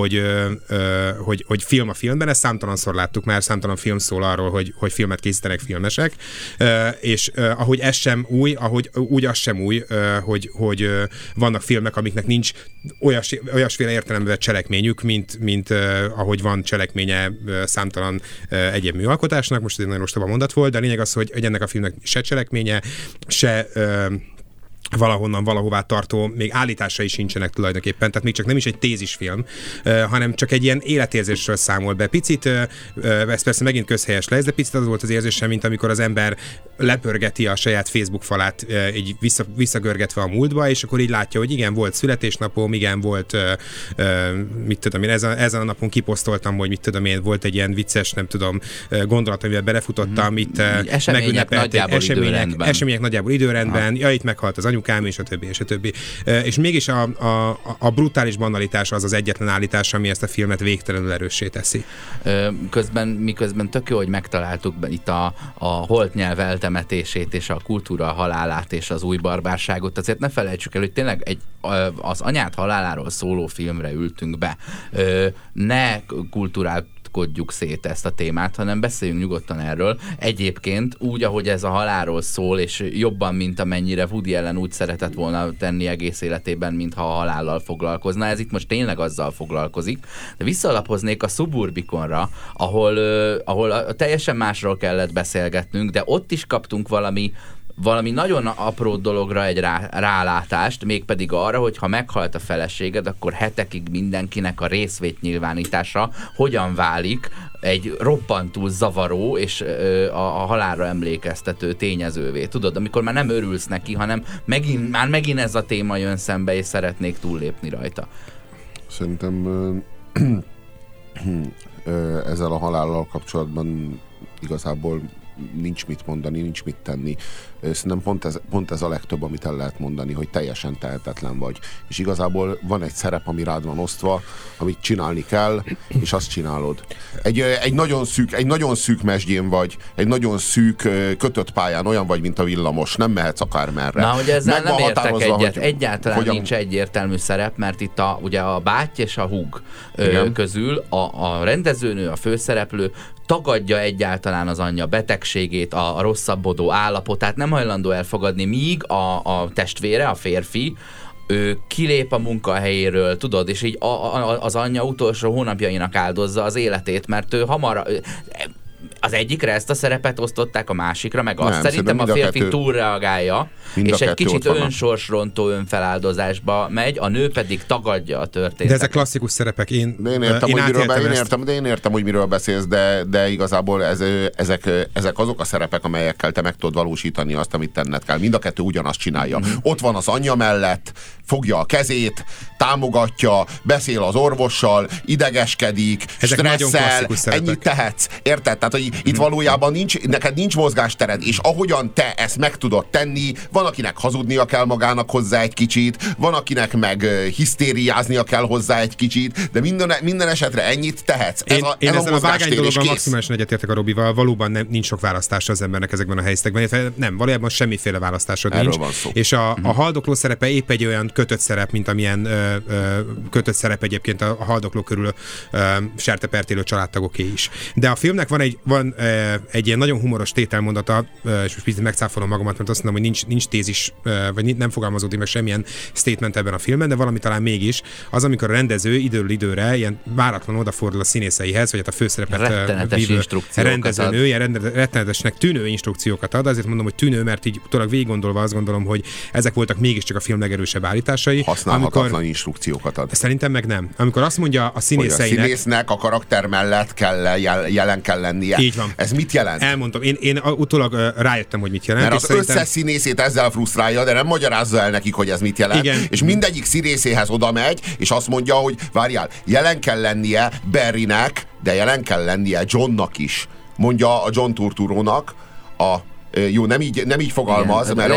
hogy film a filmben, ezt számtalanszor láttuk már, számtalan film szól arról, hogy filmet készítenek filmesek, és ahogy ez sem új, úgy az sem új, hogy vannak filmek, amiknek nincs olyasféle értelemben cselekményük, mint ahogy van cselekménye számtalan egyéb műalkotásnak. Most ez egy nagyon ostoba mondat volt, de a lényeg az, hogy ennek a filmnek se cselekménye, se valahonnan valahová tartó, még állításai sincsenek tulajdonképpen, tehát még csak nem is egy tézisfilm, hanem csak egy ilyen életérzésről számol be. Picit, ez persze megint közhelyes lesz, de picit az volt az érzésem, mint amikor az ember lepörgeti a saját Facebook falát, így visszagörgetve a múltba, és akkor így látja, hogy igen, volt születésnapom, igen, volt, mit tudom én, ezen a napon kiposztoltam, hogy mit tudom én, volt egy ilyen vicces, nem tudom, gondolat, amivel belefutottam, itt események nagyjából időrendben, ja, itt meghalt az anyukám, és a többi. És mégis a brutális banalitás az egyetlen állítás, ami ezt a filmet végtelenül erőssé teszi. Miközben tök jó, hogy megtaláltuk itt a holt nyelv eltemetését, és a kultúra halálát, és az új barbárságot, azért ne felejtsük el, hogy tényleg az anyád haláláról szóló filmre ültünk be. Ne kulturált szakadjuk szét ezt a témát, hanem beszéljünk nyugodtan erről. Egyébként úgy, ahogy ez a halálról szól, és jobban, mint amennyire Woody Allen úgy szeretett volna tenni egész életében, mintha a halállal foglalkozna. Ez itt most tényleg azzal foglalkozik. De visszalapoznék a Suburbiconra, ahol teljesen másról kellett beszélgetnünk, de ott is kaptunk valami nagyon apró dologra egy rálátást, mégpedig arra, hogy ha meghalt a feleséged, akkor hetekig mindenkinek a részvétnyilvánítása hogyan válik egy roppantul zavaró és a halálra emlékeztető tényezővé. Tudod, amikor már nem örülsz neki, hanem megint ez a téma jön szembe, és szeretnék túllépni rajta. Szerintem ezzel a halállal kapcsolatban igazából nincs mit mondani, nincs mit tenni. Szerintem pont ez a legtöbb, amit el lehet mondani, hogy teljesen tehetetlen vagy. És igazából van egy szerep, ami rád van osztva, amit csinálni kell, és azt csinálod. Egy nagyon szűk mesdjén vagy, egy nagyon szűk kötött pályán, olyan vagy, mint a villamos, nem mehetsz akármerre. Na, hogy ezzel nem értek egyet. Hogy egyáltalán nincs egyértelmű szerep, mert itt ugye a báty és a húg közül a rendezőnő, a főszereplő tagadja egyáltalán az anyja betegségét, a rosszabbodó állapotát, nem hajlandó elfogadni, míg a testvére, a férfi, ő kilép a munkahelyéről, tudod, és így az anyja utolsó hónapjainak áldozza az életét, mert ő hamar... Az egyikre ezt a szerepet osztották, a másikra, meg azt szerintem a férfi túlreagálja, és egy kicsit önsorsrontó önfeláldozásba megy, a nő pedig tagadja a történetet. De ezek klasszikus szerepek. Én értem, hogy miről beszélsz, de igazából ezek azok a szerepek, amelyekkel te meg tudod valósítani azt, amit tenned kell. Mind a kettő ugyanazt csinálja. Ott van az anyja mellett, fogja a kezét, támogatja, beszél az orvossal, idegeskedik, stresszel, ennyit tehetsz. Érted? Tehát, hogy itt valójában neked nincs mozgástered, és ahogyan te ezt meg tudod tenni, van, akinek hazudnia kell magának hozzá egy kicsit, van, akinek meg hisztériáznia kell hozzá egy kicsit, de minden esetre ennyit tehetsz. Én ezzel a vágány dologgal maximálisan egyetértek a Robival, valóban nincs sok választása az embernek ezekben a helyzetekben. Nem, valójában semmiféle választásod nincs. És a haldokló szerepe épp egy olyan kötött szerep, mint amilyen kötött szerep egyébként a haldokló körül sertepertélő családtagoké is. De a filmnek van egy ilyen nagyon humoros tételmondata, és most picit megcáfolom magamat, mert azt mondom, hogy nincs tézis, vagy nem fogalmazódik meg semmilyen statement ebben a filmben, de valami talán mégis, az, amikor a rendező időről időre ilyen váratlan odafordul a színészeihez, vagy hát a főszerepet vívő rendezőnő, ilyen rettenetesnek tűnő instrukciókat ad, azért mondom, hogy tűnő, mert így utólag végig gondolva azt gondolom, hogy ezek voltak mégiscsak a film legerősebb állításai. Használhatatlan instrukciókat ad. Szerintem meg nem. Amikor azt mondja a színészeinek... Hogy a színésznek a karakter mellett jelen kell lennie. Így van. Ez mit jelent? Elmondom. Én utólag rájöttem, hogy mit jelent. Mert az összes színészét ezzel frusztrálja, de nem magyarázza el nekik, hogy ez mit jelent. Igen. És mindegyik színészéhez oda megy, és azt mondja, hogy várjál, jelen kell lennie Barrynek, de jelen kell lennie Johnnak is. Mondja a John Turturrónak jó, nem így fogalmaz, mert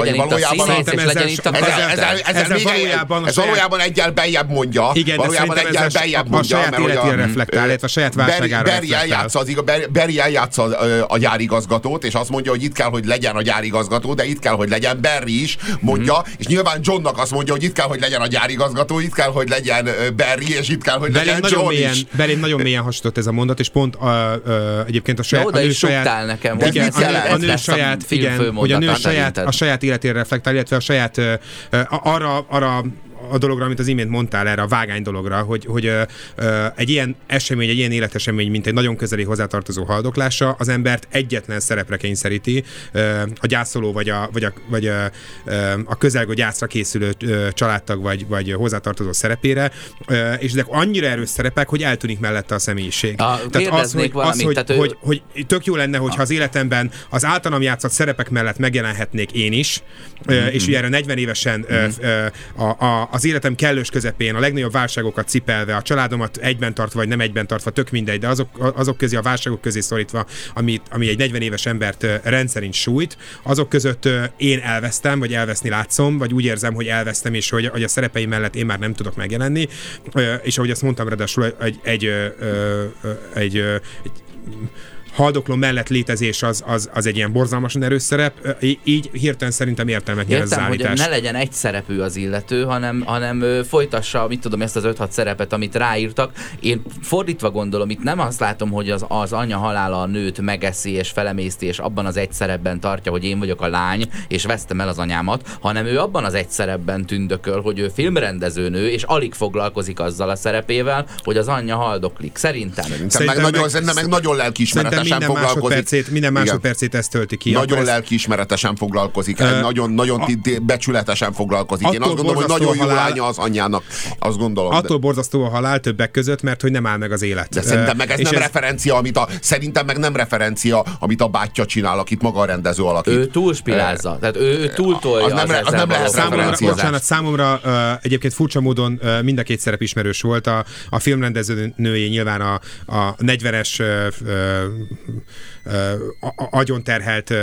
ez valójában egyel beljebb mondja. Igen, valójában egyel beljebb mondja. A saját életére reflektál, illetve a saját válságára reflektál. Barry eljátsza a gyárigazgatót, és azt mondja, hogy itt kell, hogy legyen a gyárigazgató, de itt kell, hogy legyen Barry is, mondja, és nyilván Johnnak azt mondja, hogy itt kell, hogy legyen a gyárigazgató, itt kell, hogy legyen Barry, és itt kell, hogy legyen John is. Belém nagyon mélyen hasonlott ez a mondat, és pont egyébként a nő saját... A nő saját igen, hogy a nő a saját életére reflektál, illetve a saját arra a dologra, amit az imént mondtál, erre a vágány dologra, hogy egy ilyen esemény, egy ilyen életesemény, mint egy nagyon közeli hozzátartozó haldoklása, az embert egyetlen szerepre kényszeríti, a gyászoló vagy a közelgő gyászra készülő családtag vagy hozzátartozó szerepére, és ezek annyira erős szerepek, hogy eltűnik mellette a személyiség. Tehát hogy tök jó lenne, hogyha az életemben az általam játszott szerepek mellett megjelenhetnék én is, és ugye erre 40 évesen az életem kellős közepén a legnagyobb válságokat cipelve, a családomat egyben tartva, vagy nem egyben tartva, tök mindegy, de azok közé, a válságok közé szorítva, ami egy 40 éves embert rendszerint sújt, azok között én elvesztem, vagy elveszni látszom, vagy úgy érzem, hogy elvesztem, és hogy a szerepeim mellett én már nem tudok megjelenni, és ahogy azt mondtam, ráadásul egy haldokló mellett létezés az egy ilyen borzalmasan erős szerep, így hirtelen szerintem értelmet nyer ez az állítás. Hogy ne legyen egy szerepű az illető, hanem folytassa, mit tudom, ezt az 5-6 szerepet, amit ráírtak. Én fordítva gondolom, itt nem azt látom, hogy az anya halála a nőt megeszi és felemészti, és abban az egy szerepben tartja, hogy én vagyok a lány, és vesztem el az anyámat, hanem ő abban az egy szerepben tündököl, hogy ő filmrendezőnő, és alig foglalkozik azzal a szerepével, hogy az anyja haldoklik. Szerintem meg nagyon lelkiismeretesen foglalkozik. Minden másodpercét ezt tölti ki. Nagyon lelkiismeretesen foglalkozik, nagyon becsületesen foglalkozik. Én azt gondolom, hogy nagyon jó lánya az anyjának. Azt gondolom. Attól borzasztó a halál többek között, mert hogy nem áll meg az élet. De szerintem meg ez nem referencia, szerintem meg nem referencia, amit a bátyja csinál, akit maga a rendező alakít. Ő túlspilázza. Tehát ő túltolja az nem lehet referencia. Számomra egyébként furcsa módon mind a két szerep ismerős volt. A filmrendező nőjé nyilván a 40-es agyonterhelt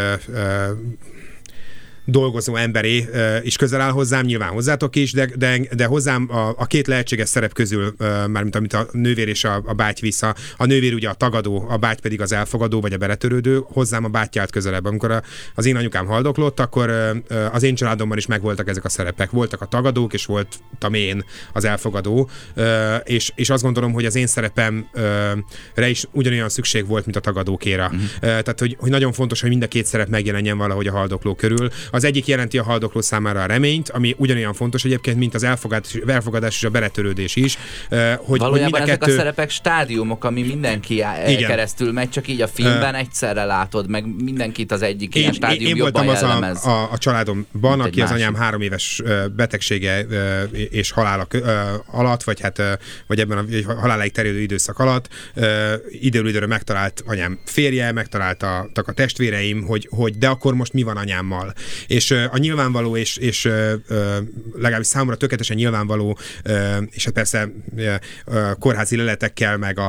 dolgozó emberé is közel áll hozzám, nyilván hozzátok is, de hozzám a két lehetséges szerep közül, mármint amit a nővér és a báty vissza, a nővér ugye a tagadó, a báty pedig az elfogadó, vagy a beletörődő, hozzám a bátyja állt közelebb. Amikor az én anyukám haldoklott, akkor az én családomban is megvoltak ezek a szerepek. Voltak a tagadók, és voltam én az elfogadó, és azt gondolom, hogy az én szerepemre is ugyanolyan szükség volt, mint a tagadókéra. Tehát, hogy nagyon fontos, hogy mind a két szerep megjelenjen valahogy a haldokló körül. Az egyik jelenti a haldokló számára a reményt, ami ugyanolyan fontos egyébként, mint az elfogadás és a beletörődés is. Hogy valójában ezek a szerepek stádiumok, ami mindenki keresztül megy, csak így a filmben egyszerre látod, meg mindenkit az egyik ilyen stádium jobban jellemez. Én voltam a családomban, aki az anyám 3 éves betegsége és halála alatt, vagy ebben a haláláig terjedő időszak alatt időről időre megtalált anyám férje, megtaláltak a testvéreim, hogy de akkor most mi van anyámmal. És a nyilvánvaló, és legalábbis számomra tökéletesen nyilvánvaló, és hát persze kórházi leletekkel, meg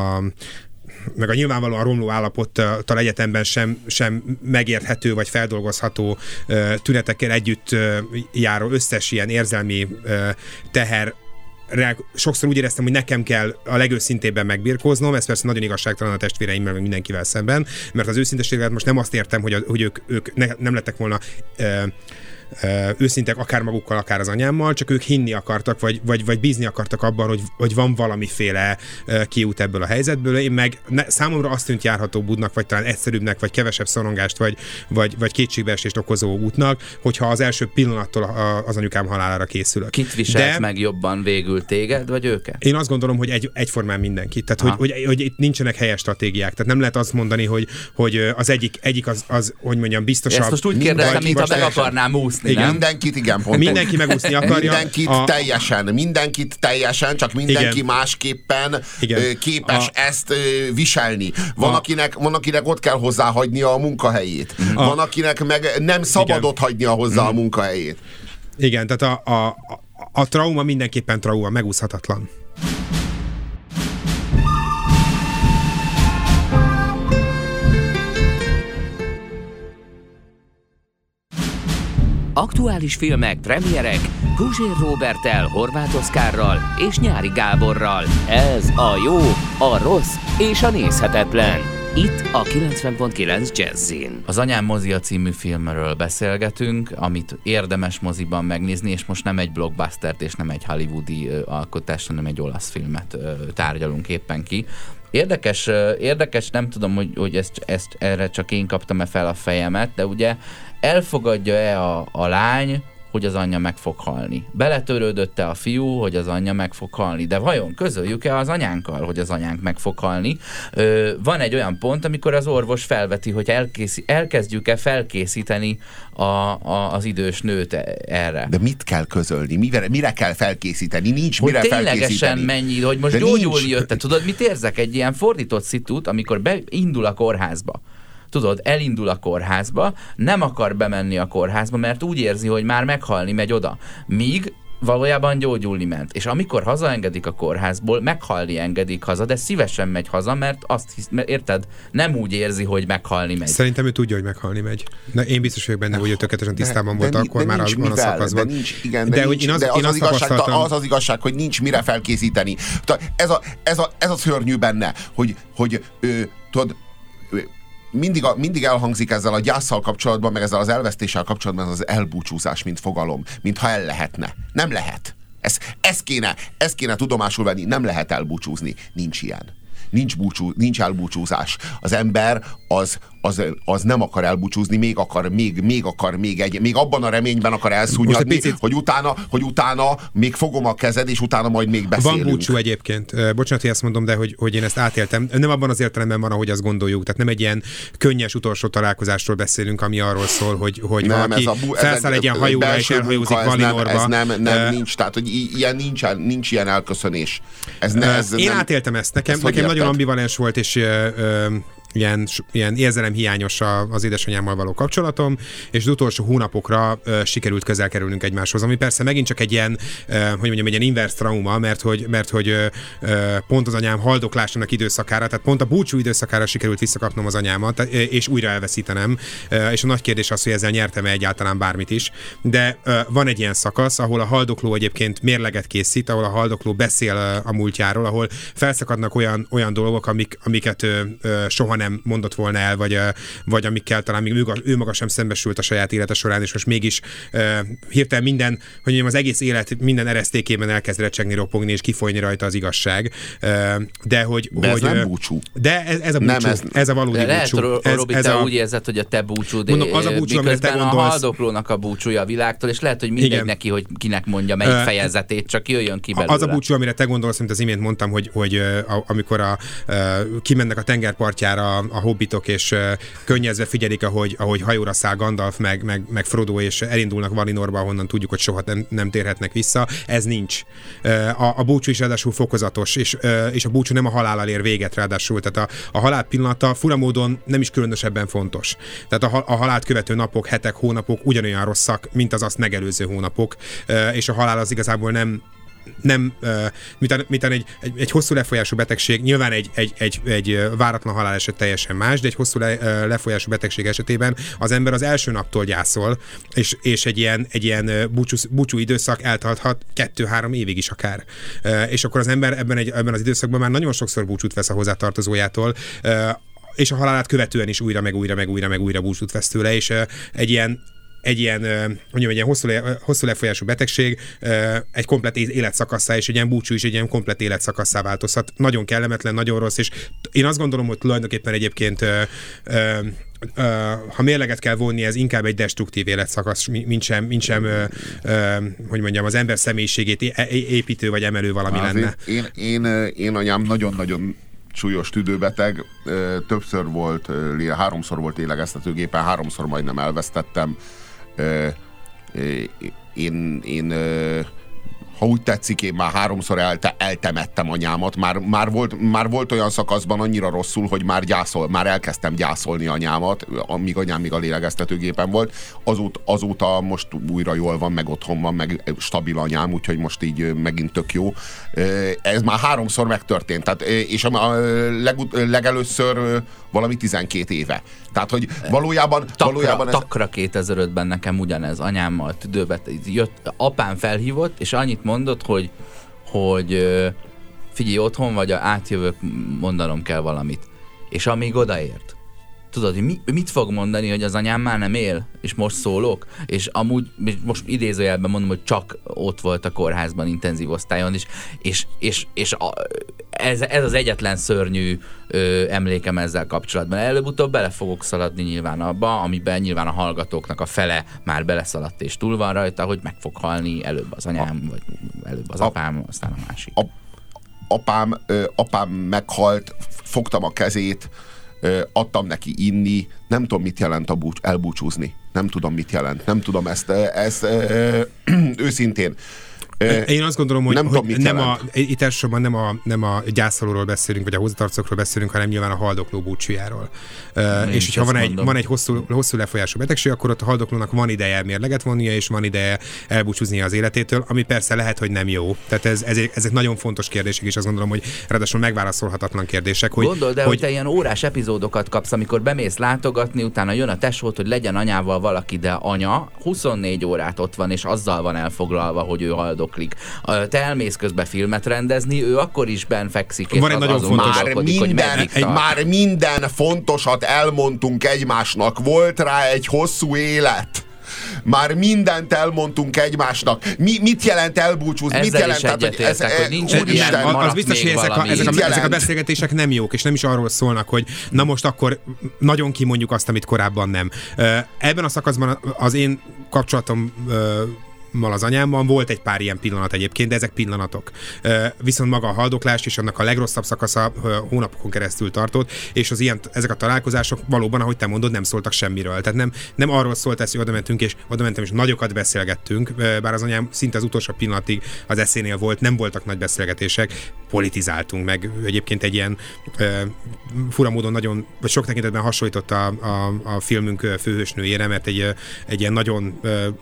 a nyilvánvalóan romló állapottal egyetemben sem megérthető vagy feldolgozható tünetekkel együtt járó összes ilyen érzelmi teher. Sokszor úgy éreztem, hogy nekem kell a legőszintébben megbirkóznom, ez persze nagyon igazságtalan a testvéreimmel, meg mindenkivel szemben, mert az őszinteséget most nem azt értem, hogy ők nem lettek volna őszintek akár magukkal, akár az anyámmal, csak ők hinni akartak, vagy bízni akartak abban, hogy van valamiféle kiút ebből a helyzetből. Én meg számomra azt tűnt járhatóbbnak, vagy talán egyszerűbbnek, vagy kevesebb szorongást, vagy kétségbeesést okozó útnak, hogyha az első pillanattól az anyukám halálára készülök. Kit viselt meg jobban végül, téged, vagy őket? Én azt gondolom, hogy egyformán mindenki. Tehát, hogy itt nincsenek helyes stratégiák. Tehát nem lehet azt mondani, hogy az egyik az hogy mondjam, biztosabb. Ezt most úgy kérdezem, mintha meg akarnám úszni. Igen. Mindenkit, igen, pontos. Mindenki megúszni akarja. Mindenkit teljesen, csak mindenki másképpen képes ezt viselni. Van akinek ott kell hozzáhagynia a munkahelyét. Van akinek meg nem szabad ott hagynia hozzá a munkahelyét. Igen, tehát a trauma mindenképpen trauma, megúszhatatlan. Aktuális filmek, premierek Guzsér Róberttel, Horváth Oszkárral és Nyári Gáborral. Ez a jó, a rossz és a nézhetetlen. Itt a 90.9 Jazzin. Az Anyám mozia című filmről beszélgetünk, amit érdemes moziban megnézni, és most nem egy blockbustert és nem egy hollywoodi alkotást, hanem egy olasz filmet tárgyalunk éppen ki. Érdekes, nem tudom, hogy ezt erre csak én kaptam-e fel a fejemet, de ugye elfogadja-e a lány, hogy az anyja meg fog halni? Beletörődött-e a fiú, hogy az anyja meg fog halni? De vajon közöljük-e az anyánkkal, hogy az anyánk meg fog halni? Van egy olyan pont, amikor az orvos felveti, hogy elkezdjük-e felkészíteni az idős nőt erre. De mit kell közölni? Mire kell felkészíteni? Nincs hogy mire felkészíteni. Hogy ténylegesen mennyi, hogy most gyógyulni jötte. Tudod, mit érzek? Egy ilyen fordított szitút, amikor beindul a kórházba. Tudod, elindul a kórházba, nem akar bemenni a kórházba, mert úgy érzi, hogy már meghalni megy oda. Míg valójában gyógyulni ment. És amikor hazaengedik a kórházból, meghalni engedik haza, de szívesen megy haza, mert érted, nem úgy érzi, hogy meghalni megy. Szerintem ő tudja, hogy meghalni megy. De én biztos vagyok benne, hogy ő tökéletesen tisztában volt, akkor már abban a szakaszban. Az az igazság, hogy nincs mire felkészíteni. Ez a szörnyű benne, hogy tudod, mindig elhangzik ezzel a gyászsal kapcsolatban, meg ezzel az elvesztéssel kapcsolatban az elbúcsúzás, mint fogalom, mintha el lehetne. Nem lehet. Ezt kéne tudomásul venni, nem lehet elbúcsúzni. Nincs ilyen. Nincs elbúcsúzás. Az ember az nem akar elbúcsúzni, még abban a reményben akar elszúnyadni, hogy utána még fogom a kezed, és utána majd még beszélünk. Van búcsú egyébként. Bocsánat, hogy ezt mondom, de hogy én ezt átéltem. Nem abban az értelemben van, ahogy azt gondoljuk. Tehát nem egy ilyen könnyes utolsó találkozásról beszélünk, ami arról szól, hogy valaki felszáll egy ilyen hajóra, és elhajózik Valinorba. Ez nem nincs. Tehát, hogy nincs ilyen elköszönés. Én átéltem ezt. Nekem nagyon ambivalens volt, és ilyen érzelemhiányos az édesanyámmal való kapcsolatom, és az utolsó hónapokra sikerült közel kerülnünk egymáshoz, ami persze megint csak egy ilyen, egy ilyen inverse trauma, mert hogy pont az anyám haldoklásának időszakára, tehát pont a búcsú időszakára sikerült visszakapnom az anyámat, és újra elveszítenem, és a nagy kérdés az, hogy ezzel nyertem-e egyáltalán bármit is, de van egy ilyen szakasz, ahol a haldokló egyébként mérleget készít, ahol a haldokló beszél a múltjáról, ahol felszakadnak olyan dolgok, amiket soha nem mondott volna el, vagy amikkel talán még ő maga sem szembesült a saját élete során, és most mégis hirtelen minden, az egész élet minden eresztékében elkezd recsegni, ropogni, és kifolyni rajta az igazság. De ez nem búcsú. De ez a búcsú. Ez a valódi búcsú. Robi, te úgy érzed, hogy a te búcsúd, mondom, az a búcsú, amire te gondolsz. A haldoklónak a búcsúja a világtól, és lehet, hogy mindegy neki, hogy kinek mondja melyik fejezetét, csak jöjjön ki belőle. Az a búcsú, amire te gondolsz, amit az imént mondtam, hogy amikor kimennek a tengerpartjára a hobbitok, és könnyezve figyelik, ahogy hajóra száll Gandalf, meg Frodo, és elindulnak Valinorba, ahonnan tudjuk, hogy soha nem térhetnek vissza. Ez nincs. A búcsú is ráadásul fokozatos, és a búcsú nem a halállal ér véget ráadásul. Tehát a halál pillanata furamódon nem is különösebben fontos. Tehát a halált követő napok, hetek, hónapok ugyanolyan rosszak, mint az azt megelőző hónapok, és a halál az igazából nem miután egy hosszú lefolyású betegség, nyilván egy váratlan haláleset teljesen más, de egy hosszú lefolyású betegség esetében az ember az első naptól gyászol, és egy ilyen búcsú időszak eltarthat 2-3 évig is akár. És akkor az ember ebben az időszakban már nagyon sokszor búcsút vesz a hozzátartozójától, és a halálát követően is újra búcsút vesz tőle, és egy ilyen hosszú lefolyású betegség egy komplett életszakasszá, és egy ilyen búcsú is egy ilyen komplett életszakasszá változhat. Nagyon kellemetlen, nagyon rossz, és én azt gondolom, hogy tulajdonképpen egyébként ha mérleget kell vonni, ez inkább egy destruktív életszakasz, mint sem az ember személyiségét építő vagy emelő valami lenne. Én anyám nagyon-nagyon súlyos tüdőbeteg, többször volt, 3-szor volt lélegeztetőgépen, 3-szor majdnem elvesztettem. Én ha úgy tetszik, én már 3-szor eltemettem anyámat. Már volt olyan szakaszban annyira rosszul, hogy már elkezdtem gyászolni anyámat, amíg anyám még a lélegeztetőgépen volt. Azóta most újra jól van, meg otthon van, meg stabil anyám, úgyhogy most így megint tök jó. Ez már 3-szor megtörtént. Tehát, és legelőször valami 12 éve. Tehát, hogy valójában... Takra 2005-ben nekem ugyanez, anyámmal tüdőbeteg. Apám felhívott, és annyit mondott, hogy figyelj, otthon vagy, átjövök, mondanom kell valamit. És amíg odaért, tudod, hogy mit fog mondani, hogy az anyám már nem él, és most szólok, és amúgy, most idézőjelben mondom, hogy csak ott volt a kórházban, intenzív osztályon is, és ez az egyetlen szörnyű emlékem ezzel kapcsolatban. Előbb-utóbb bele fogok szaladni nyilván abba, amiben nyilván a hallgatóknak a fele már beleszaladt és túl van rajta, hogy meg fog halni előbb az anyám, vagy előbb az apám, aztán a másik. Apám meghalt, fogtam a kezét, adtam neki inni, nem tudom, mit jelent elbúcsúzni. Nem tudom, mit jelent. Nem tudom ezt őszintén. Én azt gondolom, hogy itt elsősorban nem a gyászolóról beszélünk, vagy a hozzátartozókról beszélünk, hanem nyilván a haldokló búcsújáról. És hogyha van egy hosszú lefolyású betegség, akkor ott a haldoklónak van ideje mérleget vonnia, és van ideje elbúcsúznia az életétől, ami persze lehet, hogy nem jó. Tehát ezek nagyon fontos kérdések, és azt gondolom, hogy ráadásul megválaszolhatatlan kérdések. Gondold el, hogy te ilyen órás epizódokat kapsz, amikor bemész látogatni, utána jön a tesót, hogy legyen anyával valaki, de anya 24 órát ott van, és azzal van elfoglalva, hogy ő haldokló haldoklik. Te elmész közben filmet rendezni, ő akkor is benn fekszik, és van egy nagyon fontos, már minden fontosat elmondtunk egymásnak, volt rá egy hosszú élet. Már mindent elmondtunk egymásnak. Mit jelent elbúcsúzni? Mit jelent? Hogy nincs egy ilyen, az biztos, hogy ezek a beszélgetések nem jók, és nem is arról szólnak, hogy na most akkor nagyon kimondjuk azt, amit korábban nem. Ebben a szakaszban az én kapcsolatom az anyámban volt egy pár ilyen pillanat egyébként, de ezek pillanatok. Viszont maga a haldoklás és annak a legrosszabb szakasza hónapokon keresztül tartott, és ezek a találkozások valóban, ahogy te mondod, nem szóltak semmiről. Tehát nem arról szólt ez, hogy oda mentem és nagyokat beszélgettünk, bár az anyám szinte az utolsó pillanatig az eszénél volt, nem voltak nagy beszélgetések, politizáltunk meg. Egyébként egy ilyen fura módon nagyon, vagy sok tekintetben hasonlított a filmünk főhősnőjére, mert egy ilyen nagyon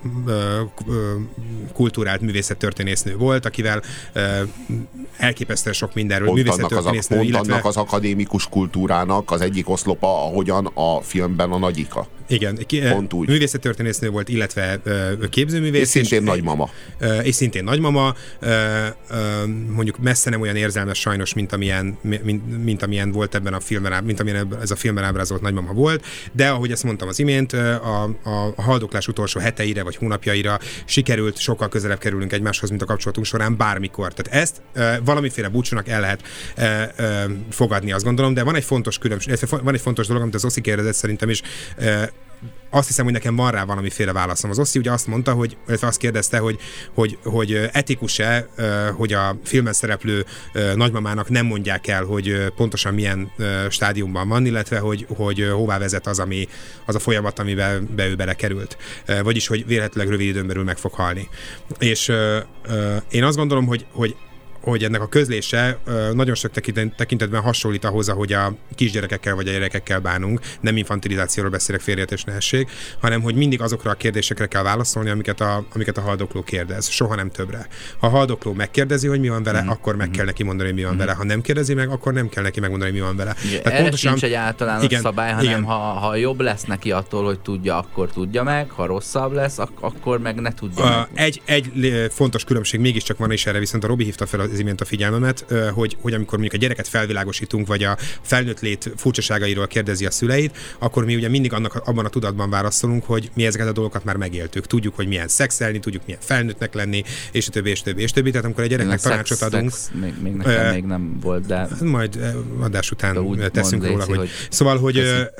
kulturált művészettörténésznő volt, akivel elképesztően sok mindenről művészettörténésznő, illetve... annak az akadémikus kultúrának az egyik oszlopa, ahogyan a filmben a nagyika. Igen, művészettörténésznő volt, illetve képzőművész. És szintén nagymama. És szintén nagymama. Mondjuk messze nem olyan érzelmes sajnos, mint amilyen volt ebben a filmben, mint amilyen ez a filmben ábrázolt nagymama volt, de ahogy ezt mondtam az imént, a haldoklás utolsó heteire vagy hónapjaira sikerült, sokkal közelebb kerülünk egymáshoz, mint a kapcsolatunk során bármikor. Tehát ezt valamiféle búcsúnak el lehet fogadni, azt gondolom, de van egy fontos különbség, van egy fontos dolog, amit az Oszi kérdezett szerintem is, azt hiszem, hogy nekem van rá valamiféle válaszom. Az Oszi ugye azt mondta, illetve azt kérdezte, hogy etikus-e, hogy a filmen szereplő nagymamának nem mondják el, hogy pontosan milyen stádiumban van, illetve hogy hová vezet az a folyamat, amiben ő belekerült. Vagyis, hogy véletlenül rövid időn belül meg fog halni. És én azt gondolom, hogy ennek a közlése nagyon sok tekintetben hasonlít ahhoz, ahogy a kisgyerekekkel vagy a gyerekekkel bánunk. Nem infantilizációról beszélek, félreértés ne essék, hanem hogy mindig azokra a kérdésekre kell válaszolni, amiket a haldokló kérdez. Soha nem többre. Ha a haldokló megkérdezi, hogy mi van vele, akkor meg kell neki mondani, hogy mi van vele. Ha nem kérdezi meg, akkor nem kell neki megmondani, hogy mi van vele. Igen, erre pontosan, nincs egy általános szabály, hanem ha jobb lesz neki attól, hogy tudja, akkor tudja meg, ha rosszabb lesz, akkor meg ne tudja meg. Egy fontos különbség mégiscsak van, és erre viszont a Robi hívta fel az imént a figyelmemet, hogy amikor mondjuk a gyereket felvilágosítunk, vagy a felnőtt lét furcsaságairól kérdezi a szüleit, akkor mi ugye mindig abban a tudatban válaszolunk, hogy mi ezeket a dolgokat már megéltük. Tudjuk, hogy milyen szexelni, tudjuk, milyen felnőttnek lenni, és többi, és többi, és többi. Tehát amikor a gyereknek tanácsot adunk... Még nekem még nem volt, de... Majd adás után teszünk róla, hogy... Szóval, hogy...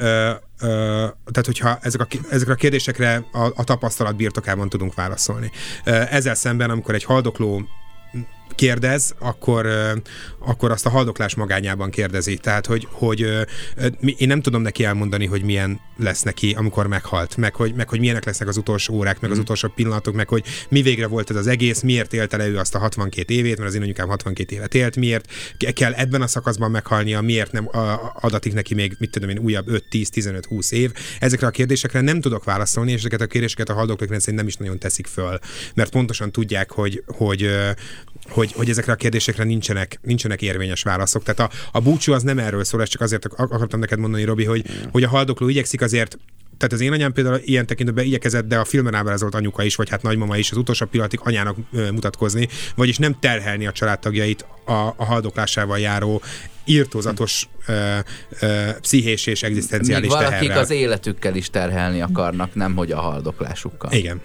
tehát, hogyha ezekre a kérdésekre a tapasztalat birtokában tudunk válaszolni. Ezzel szemben, amikor egy haldokló kérdez, akkor azt a haldoklás magányában kérdezi. Tehát, hogy én nem tudom neki elmondani, hogy milyen lesz neki, amikor meghalt, meg hogy milyenek lesznek az utolsó órák, meg az utolsó pillanatok, meg hogy mi végre volt ez az egész, miért élte le ő azt a 62 évét, mert az én anyukám 62 évet élt, miért kell ebben a szakaszban meghalnia, miért nem adatik neki még, mit tudom én, újabb 5, 10, 15, 20 év. Ezekre a kérdésekre nem tudok válaszolni, és ezeket a kérdéseket a haldoklók rendszerint nem is nagyon teszik föl, mert pontosan tudják, hogy ezekre a kérdésekre nincsenek érvényes válaszok. Tehát a búcsú az nem erről szól, ezt csak azért akartam neked mondani, Robi, hogy a haldokló igyekszik azért. Tehát az én anyám például ilyen tekintetben igyekezett, de a filmen ábrázolt anyuka is, vagy hát nagymama is az utolsó pillanatig anyának mutatkozni, vagyis nem terhelni a családtagjait a haldoklásával járó irtózatos pszichés és egzisztenciális teherrel. Míg valakik az életükkel is terhelni akarnak, nem hogy a haldoklásukkal. Igen.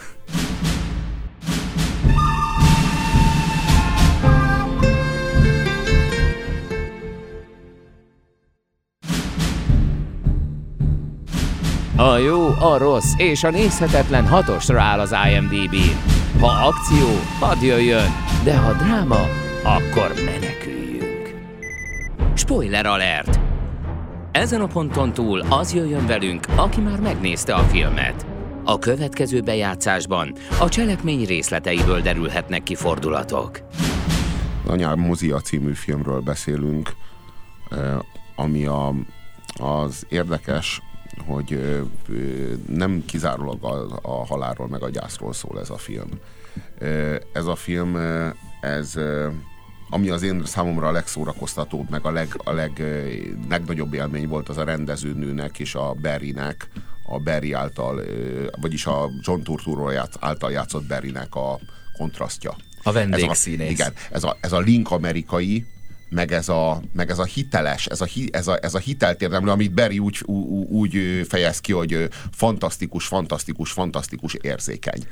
A jó, a rossz és a nézhetetlen hatosra áll az IMDb-n. Ha akció, hadd jöjjön, de ha dráma, akkor meneküljünk. Spoiler alert! Ezen a ponton túl az jöjjön velünk, aki már megnézte a filmet. A következő bejátszásban a cselekmény részleteiből derülhetnek ki fordulatok. Anyám Mozia című filmről beszélünk, ami az érdekes, hogy nem kizárólag a halálról meg a gyászról szól ez a film. Ez a film, ami az én számomra a legszórakoztatóbb, meg a legnagyobb élmény volt, az a rendezőnőnek és a Barrynek, a Barry által, vagyis a John Turturro által játszott Barrynek a kontrasztja. A vendégszínész. Igen, ez a link amerikai, meg ez a hiteles, ez a hiteltérdemlő, amit Barry úgy fejez ki, hogy fantasztikus érzékeny.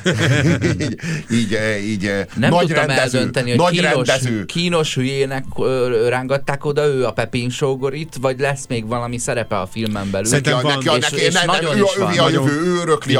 így nem nagy tudtam rendező, eldönteni, hogy kínos hülyének rángatták oda ő a Pepin Sógorit, vagy lesz még valami szerepe a filmen belül. Szerintem van. Ő a jövő, ő örökli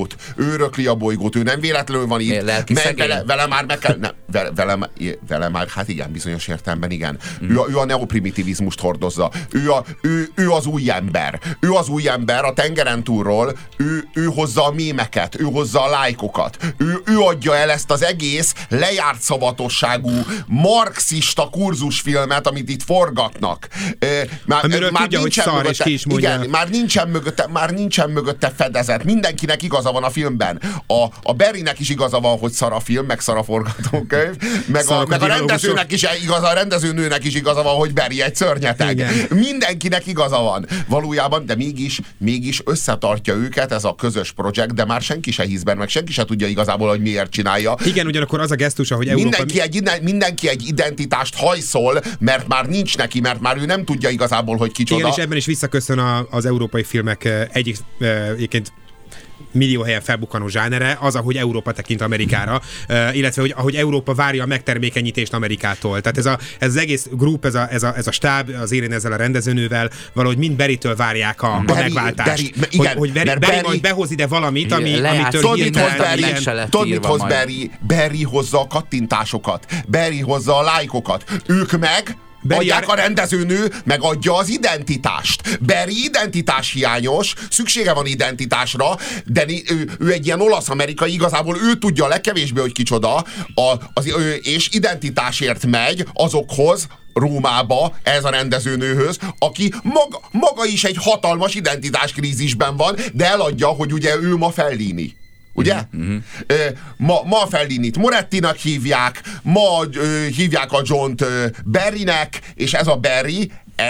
a bolygót, ő nem véletlenül van itt. Vele már meg kell... Vele már, hát igen, bizonyos értelemben igen. Ő a neoprimitivizmust hordozza. Ő az új ember. Ő az új ember a tengeren túlról, ő hozza a mémeket, ő hozza a lájkokat. Ő adja el ezt az egész lejárt szavatosságú, marxista kurzusfilmet, amit itt forgatnak. Már tudja, hogy szar, és ki is mondja. Igen, már nincsen mögötte fedezet. Mindenkinek igaza van a filmben. A Barrynek is igaza van, hogy szar a film, meg szar a forgatókönyv, meg a rendezőnek is igaza, a rendezőnőnek is igaza van, hogy Barry egy szörnyeteg. Igen. Mindenkinek igaza van. Valójában, de mégis összetartja őket ez a közös projekt, de már senki se hisz benne, meg senki se tudja igazából, hogy miért csinálja. Igen, ugyanakkor az a gesztus, hogy Európa... Mindenki egy identitást hajszol, mert már nincs neki, mert már ő nem tudja igazából, hogy kicsoda. Igen, és ebben is visszaköszön az európai filmek egyébként millió helyen felbukkanó zsánere, az, ahogy Európa tekint Amerikára, illetve ahogy Európa várja a megtermékenyítést Amerikától. Tehát ez az egész grup, ez a stáb, az élén ezzel a rendezőnővel, valahogy mind Barrytől várják a megváltást. Hogy Barry majd behoz ide valamit, amitől hirtelen... Tudod, mit hoz Barry? Barry hozza a kattintásokat, Barry hozza a lájkokat. Ők meg adják a rendezőnő, meg adja az identitást. Barry identitás hiányos, szüksége van identitásra, de ő egy ilyen olasz-amerikai, igazából ő tudja a legkevésbé, hogy kicsoda, és identitásért megy azokhoz, Rómába, ez a rendezőnőhöz, aki maga is egy hatalmas identitáskrízisben van, de eladja, hogy ugye ő ma Fellini. Ugye? Ma a Fellinit Morettinak hívják, hívják a Johnt Barrynek, és ez a Barry,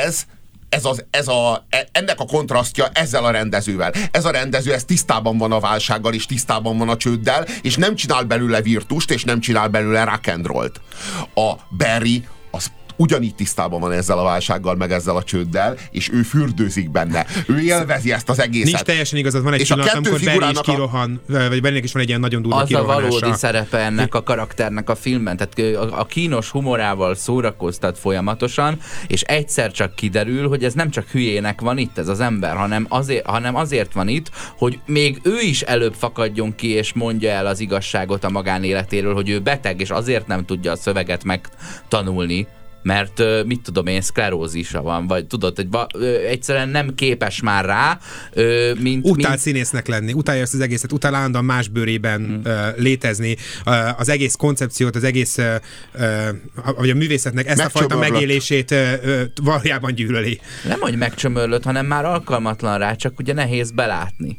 ennek a kontrasztja ezzel a rendezővel. Ez a rendező, ez tisztában van a válsággal, és tisztában van a csőddel, és nem csinál belőle virtust, és nem csinál belőle rock and rollt. A Barry az ugyanígy tisztában van ezzel a válsággal, meg ezzel a csőddel, és ő fürdőzik benne. Ő élvezi ezt az egészet. Nincs teljesen igazad, van egy pillanat, amikor Barry is kirohan, vagy Barrynek is van egy ilyen nagyon durva kirohanása. Az a valódi szerepe ennek a karakternek a filmben. Tehát a kínos humorával szórakoztat folyamatosan, és egyszer csak kiderül, hogy ez nem csak hülyének van itt ez az ember, hanem azért van itt, hogy még ő is előbb fakadjon ki, és mondja el az igazságot a magánéletéről, hogy ő beteg, és azért nem tudja a szöveget megtanulni, mert mit tudom én, szklerózisa van, vagy tudod, hogy egyszerűen nem képes már rá, Utál színésznek lenni, utálja ezt az egészet, utál állandóan más bőrében létezni, az egész koncepciót, az egész, vagy a művészetnek ezt a fajta megélését valójában gyűlöli. Nem, hogy megcsömörlött, hanem már alkalmatlan rá, csak ugye nehéz belátni.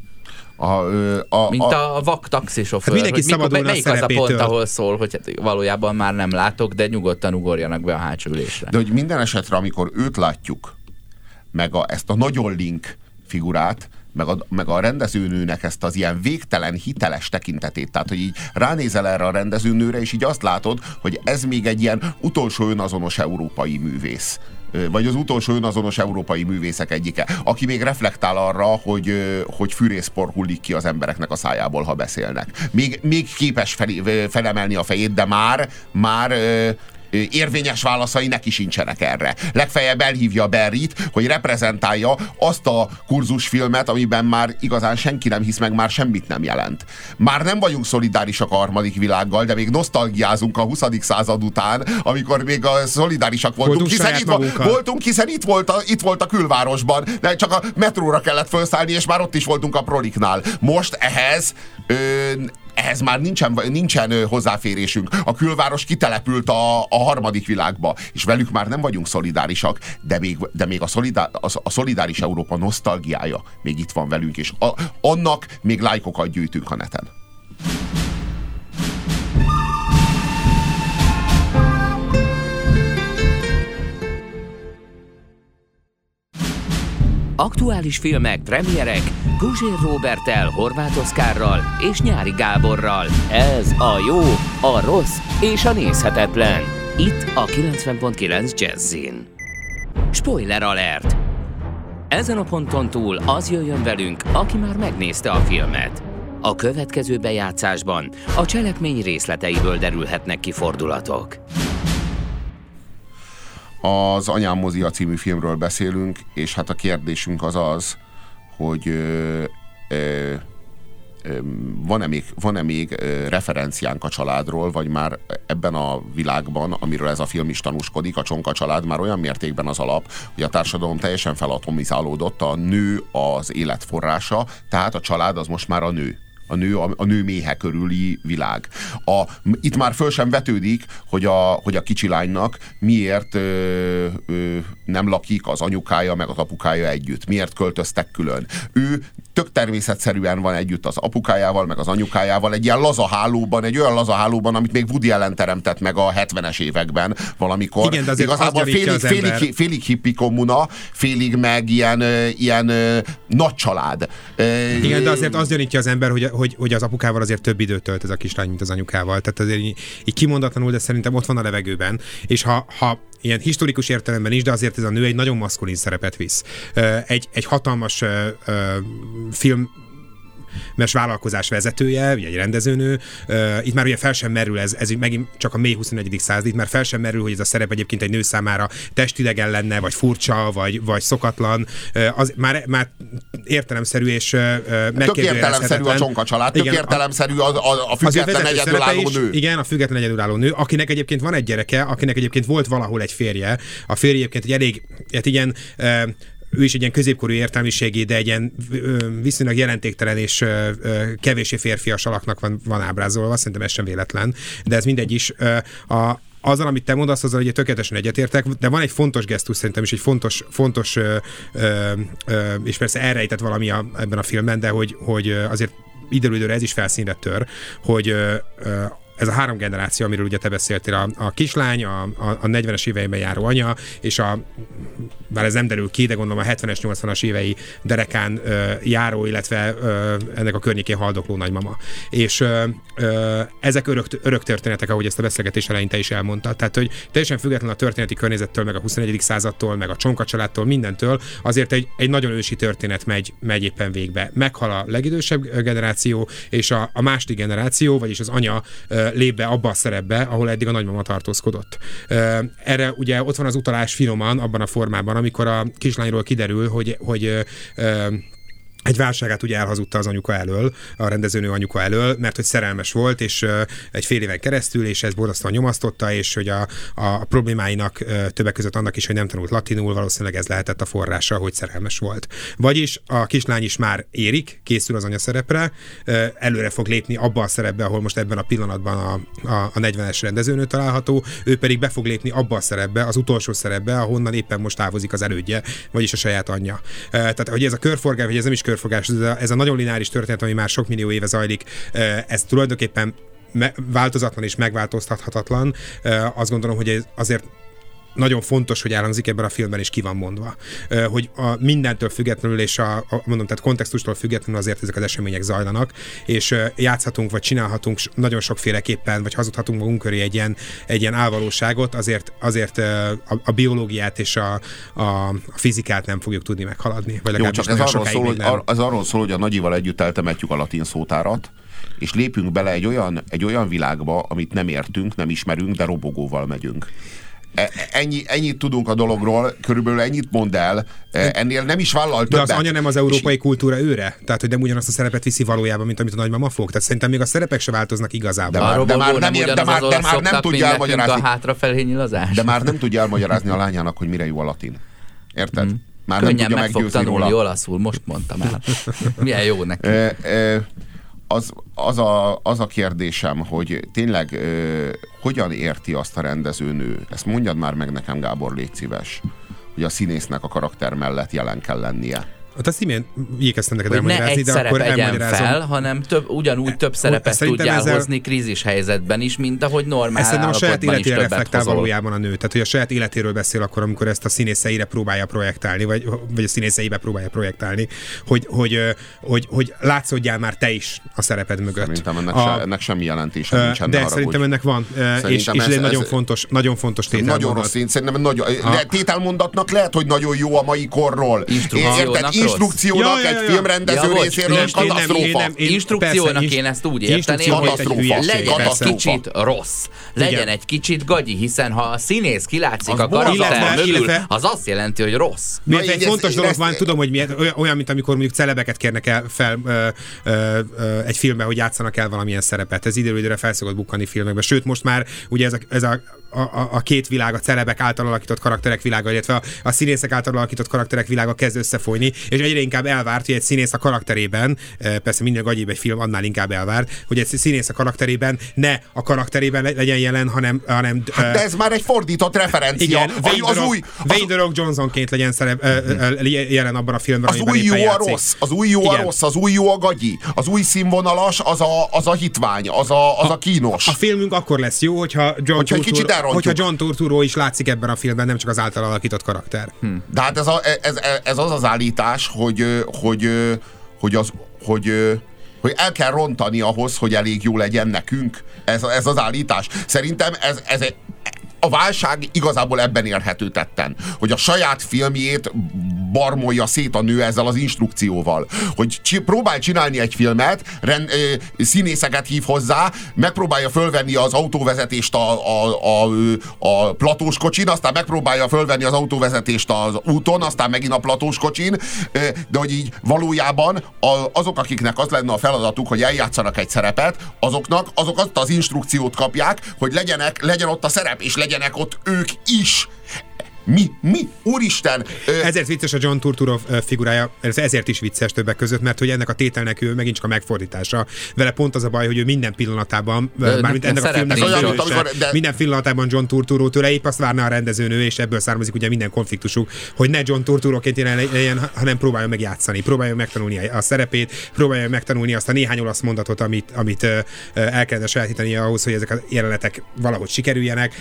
Mint a vak taxisofőr. Hát mindenki szabadulna melyik az a pont, ahol szól, hogy hát valójában már nem látok, de nyugodtan ugorjanak be a hátsó ülésre. De hogy minden esetre, amikor őt látjuk, meg ezt a nagyon link figurát, meg a rendezőnőnek ezt az ilyen végtelen hiteles tekintetét, tehát hogy így ránézel erre a rendezőnőre, és így azt látod, hogy ez még egy ilyen utolsó önazonos európai művész. Vagy az utolsó önazonos európai művészek egyike, aki még reflektál arra, hogy fűrészpor hullik ki az embereknek a szájából, ha beszélnek. Még képes felemelni a fejét, de már érvényes válaszai neki sincsenek erre. Legfeljebb elhívja Barryt, hogy reprezentálja azt a kurzusfilmet, amiben már igazán senki nem hisz meg, már semmit nem jelent. Már nem vagyunk szolidárisak a harmadik világgal, de még nosztalgiázunk a 20. század után, amikor még a szolidárisak voltunk, hiszen itt volt a külvárosban, de csak a metróra kellett felszállni, és már ott is voltunk a Proliknál. Most ehhez már nincsen hozzáférésünk. A külváros kitelepült a harmadik világba, és velük már nem vagyunk szolidárisak, de még a szolidáris Európa nosztalgiája még itt van velünk, és annak még lájkokat gyűjtünk a neten. Aktuális filmek, premierek, Guzsér Róberttel, Horváth Oszkárral és Nyári Gáborral. Ez a jó, a rossz és a nézhetetlen. Itt a 90.9 Jazzin. Spoiler alert! Ezen a ponton túl az jöjjön velünk, aki már megnézte a filmet. A következő bejátszásban a cselekmény részleteiből derülhetnek ki fordulatok. Az Anyám mozia című filmről beszélünk, és hát a kérdésünk az, hogy van-e még referenciánk a családról, vagy már ebben a világban, amiről ez a film is tanúskodik, a Csonka család már olyan mértékben az alap, hogy a társadalom teljesen felatomizálódott, a nő az élet forrása, tehát a család az most már a nő. A nő méhe körüli világ. Itt már föl sem vetődik, hogy a kicsi lánynak miért nem lakik az anyukája meg az apukája együtt. Miért költöztek külön. Ő tök természetszerűen van együtt az apukájával meg az anyukájával egy ilyen lazahálóban, egy olyan lazahálóban, amit még Woody Allen teremtett meg a 70-es években valamikor. Igen, de azért igazából félig hippi kommuna, félig meg ilyen nagy család. Igen, de azért az gyanítja az ember, hogy az apukával azért több időt tölt ez a kislány, mint az anyukával. Tehát azért így kimondatlanul, de szerintem ott van a levegőben. És ha ilyen historikus értelemben is, de azért ez a nő egy nagyon maszkulin szerepet visz. Egy hatalmas filmes vállalkozás vezetője, ugye egy rendezőnő. Itt már ugye fel sem merül, ez megint csak a mély 21. század, itt már fel sem merül, hogy ez a szerep egyébként egy nő számára testidegen lenne, vagy furcsa, vagy szokatlan. Az már értelemszerű és megkérdőjelezhetetlen. Tök értelemszerű a Csonka család, tök értelemszerű a független egyedülálló nő. Igen, a független egyedülálló nő, akinek egyébként van egy gyereke, akinek egyébként volt valahol egy férje. A férje egyébként egy elég, hát igen, ő is egy ilyen középkorú értelmiségi, de egy ilyen viszonylag jelentéktelen és kevéssé férfias alaknak van ábrázolva, szerintem ez sem véletlen, de ez mindegy is. Azzal, amit te mondasz, azzal ugye tökéletesen egyetértek, de van egy fontos gesztus szerintem is, egy fontos és persze elrejtett valami ebben a filmben, de hogy azért időről ez is felszínre tör, hogy ez a három generáció, amiről ugye te beszéltél, a kislány, a 40-es éveiben járó anya, és bár ez nem derül ki, de gondolom a 70-es, 80-as évei derekán járó, illetve ennek a környékén haldokló nagymama. És ezek örök történetek, ahogy ezt a beszélgetés elején te is elmondtad. Tehát, hogy teljesen független a történeti környezettől, meg a 21. századtól, meg a Csonka családtól, mindentől, azért egy nagyon ősi történet megy éppen végbe. Meghal a legidősebb generáció, és a második generáció, vagyis az anya lép be abba a szerepbe, ahol eddig a nagymama tartózkodott. Erre ugye ott van az utalás finoman, abban a formában, amikor a kislányról kiderül, hogy egy válságát ugye elhazudta az anyuka elől, a rendezőnő anyuka elől, mert hogy szerelmes volt, és egy fél éven keresztül, és ez borzasztóan nyomasztotta, és hogy a problémáinak többek között annak is, hogy nem tanult latinul, valószínűleg ez lehetett a forrása, hogy szerelmes volt. Vagyis a kislány is már érik, készül az anyaszerepre, előre fog lépni abba a szerepbe, ahol most ebben a pillanatban a 40-es rendezőnő található, ő pedig be fog lépni abba a szerepbe, az utolsó szerepbe, ahonnan éppen most távozik az elődje, vagyis a saját anyja. Tehát, hogy ez a körforgás, vagy ez nem is körforgás, ez a nagyon lineáris történet, ami már sok millió éve zajlik, ez tulajdonképpen változatlan és megváltoztathatatlan. Azt gondolom, hogy ez azért nagyon fontos, hogy elhangzik ebben a filmben, és ki van mondva. Hogy mindentől függetlenül, és mondom, tehát kontextustól függetlenül azért ezek az események zajlanak, és játszhatunk, vagy csinálhatunk nagyon sokféleképpen, vagy hazudhatunk magunk köré egy ilyen álvalóságot, azért a biológiát és a fizikát nem fogjuk tudni meghaladni. Vagy jó, csak ez arról szól, hogy a nagyival együtt eltemetjük a latin szótárat, és lépünk bele egy olyan világba, amit nem értünk, nem ismerünk, de robogóval megyünk. Ennyit tudunk a dologról, körülbelül ennyit mond el, ennél nem is vállal többet. De az anya nem az európai kultúra őre? Tehát, hogy nem ugyanazt a szerepet viszi valójában, mint amit a nagymama fog? Tehát szerintem még a szerepek se változnak igazából. De már nem tudja elmagyarázni. A hátrafelé nyilazás. De már nem tudja elmagyarázni a lányának, hogy mire jó a latin. Érted? Már könnyen nem tudja meg fog tanulni olaszul, most mondtam el. Milyen jó neki. Az a kérdésem, hogy tényleg hogyan érti azt a rendezőnő, ezt mondjad már meg nekem, Gábor, légy szíves, hogy a színésznek a karakter mellett jelen kell lennie. Hát azt imént igyekeztem neked hogy ne elmagyarázni, egy de szerep akkor egyen elmagyarázom. fel, hanem ugyanúgy több szerepet tudjál hozni krízis helyzetben is, mint ahogy normál állapotban is többet hozol. Ezt szerintem a saját életére reflektál valójában a nő. Tehát, hogy a saját életéről beszél akkor, amikor ezt a színészeire próbálja projektálni, vagy a színészeibe próbálja projektálni, hogy látszódjál már te is a szereped mögött. Szerintem ennek semmi jelentése nincsen. De szerintem ennek van, és ez egy nagyon fontos tételmondat. Nagyon rossz, szerintem tételmondatnak lehet, hogy nagyon jó a mai korról. Instrukciónak egy filmrendező részéről katasztrófa. Instrukciónak én ezt úgy érteném, hogy legyen egy kicsit rossz. Legyen egy kicsit gagyi, hiszen ha a színész kilátszik a karakter mögül, az azt jelenti, hogy rossz. Egy fontos dolog van, tudom, hogy miért, olyan, mint amikor mondjuk celebeket kérnek el fel egy filmbe, hogy játszanak el valamilyen szerepet. Ez időre fel szokott bukkani filmekbe. Sőt, most már ugye ez a két világ, a celebek által alakított karakterek világa, illetve a színészek által alakított karakterek világa kezd összefolyni, és egyre inkább elvárt, hogy egy színész a karakterében, persze minden gagyibb egy film, annál inkább elvárt, hogy egy színész a karakterében ne a karakterében legyen jelen, hanem de ez már egy fordított referencia. Igen, Wayne The Rock Johnsonként legyen jelen abban a filmben, amiben éppen játszik. Az új jó a rossz, az új jó a gagyi, az új színvonalas, az a hitvány, az a kínos. A filmünk akkor lesz jó, hogyha John Turturro is látszik ebben a filmben, nem csak az által alakított karakter. De hát ez az állítás, hogy el kell rontani ahhoz, hogy elég jó legyen nekünk. Ez az állítás. Szerintem ez a válság igazából ebben érhető tetten, hogy a saját filmjét barmolja szét a nő ezzel az instrukcióval. Hogy próbál csinálni egy filmet, színészeket hív hozzá, megpróbálja fölvenni az autóvezetést a platós kocsin, aztán megpróbálja fölvenni az autóvezetést az úton, aztán megint a platós kocsin, de hogy így valójában azok, akiknek az lenne a feladatuk, hogy eljátszanak egy szerepet, azok azt az instrukciót kapják, hogy legyen ott a szerep, és legyenek ott ők is. Mi? Úristen! Ezért vicces a John Turturro figurája, ezért is vicces többek között, mert hogy ennek a tételnek ő megint csak a megfordítása. Vele pont az a baj, hogy ő minden pillanatában, mármint ennek a filmnek minden pillanatában John Turturro tőle épp azt várna a rendezőnő, és ebből származik ugye minden konfliktusuk, hogy ne John Turturroként legyen, hanem próbálja megjátszani, próbálja megtanulni a szerepét, próbálja megtanulni azt a néhány olasz mondatot, amit el kellene sajátítani ahhoz, hogy ezek a jelenetek valahogy sikerüljenek.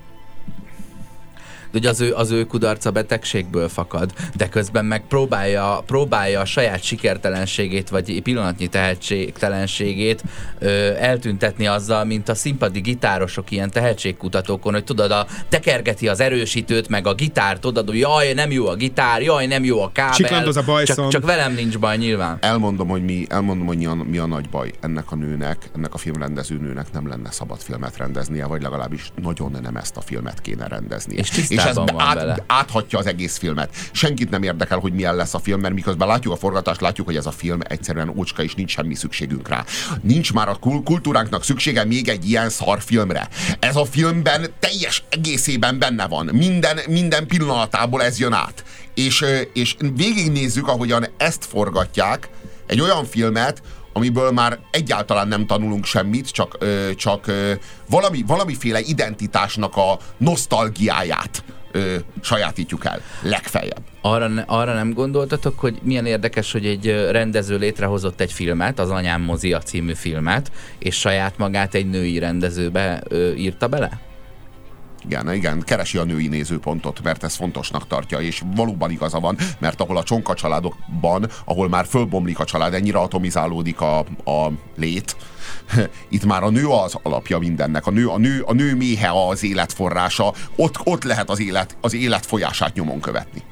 Hogy az ő kudarca betegségből fakad, de közben meg próbálja a saját sikertelenségét, vagy pillanatnyi tehetségtelenségét eltűntetni azzal, mint a színpadi gitárosok ilyen tehetségkutatókon, hogy tudod, tekergeti az erősítőt, meg a gitárt, tudod, hogy jaj, nem jó a gitár, jaj, nem jó a kábel, csak velem nincs baj nyilván. Elmondom, hogy mi a nagy baj. Ennek a filmrendezőnőnek nem lenne szabad filmet rendeznie, vagy legalábbis nagyon nem ezt a filmet kéne rendeznie. És ez áthatja az egész filmet. Senkit nem érdekel, hogy milyen lesz a film, mert miközben látjuk a forgatást, látjuk, hogy ez a film egyszerűen ócska, és nincs semmi szükségünk rá. Nincs már a kultúránknak szüksége még egy ilyen szar filmre. Ez a filmben teljes egészében benne van. Minden pillanatából ez jön át. És végignézzük, ahogyan ezt forgatják, egy olyan filmet, amiből már egyáltalán nem tanulunk semmit, csak valamiféle identitásnak a nosztalgiáját sajátítjuk el, legfeljebb. Arra nem gondoltatok, hogy milyen érdekes, hogy egy rendező létrehozott egy filmet, az Anyám mozia című filmet, és saját magát egy női rendezőbe írta bele? Igen, keresi a női nézőpontot, mert ez fontosnak tartja, és valóban igaza van, mert ahol a csonka családokban, ahol már fölbomlik a család, ennyire atomizálódik a lét, itt már a nő az alapja mindennek, a nő méhe az életforrása, ott lehet az élet folyását nyomon követni.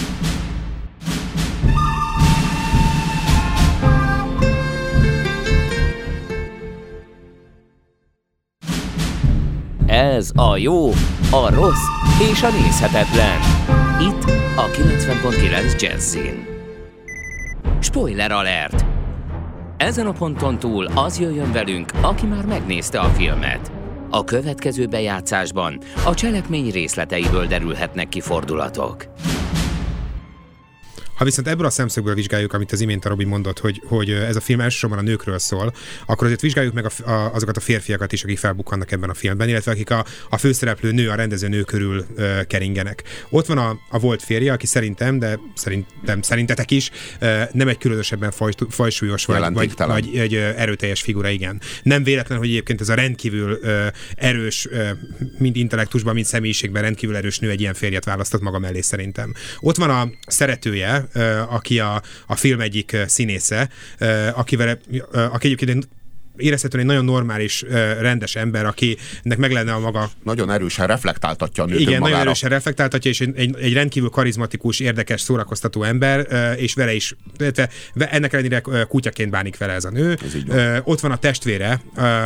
Ez a jó, a rossz és a nézhetetlen. Itt a 90.9 Jazzin. Spoiler alert! Ezen a ponton túl az jöjjön velünk, aki már megnézte a filmet. A következő bejátszásban a cselekmény részleteiből derülhetnek ki fordulatok. Ha viszont ebből a szemszögből vizsgáljuk, amit az imént a Robi mondott, hogy ez a film elsősorban a nőkről szól, akkor azért vizsgáljuk meg azokat a férfiakat is, akik felbukkannak ebben a filmben, illetve akik a főszereplő nő, a rendező nő körül keringenek. Ott van a volt férje, aki szerintetek is nem egy különösebben fajsúlyos vagy egy erőteljes figura, igen. Nem véletlen, hogy egyébként ez a rendkívül erős, mind intellektusban, mind személyiségben rendkívül erős nő egy ilyen férjet választott maga mellé szerintem. Ott van a szeretője, aki a film egyik színésze, aki egyébként érezhetően egy nagyon normális, rendes ember, akinek meg lenne a maga... Nagyon erősen reflektáltatja a nőt Igen, önmagára. nagyon erősen reflektáltatja, és egy rendkívül karizmatikus, érdekes, szórakoztató ember, és vele is, ennek ellenére kutyaként bánik vele ez a nő. Ott van a testvére,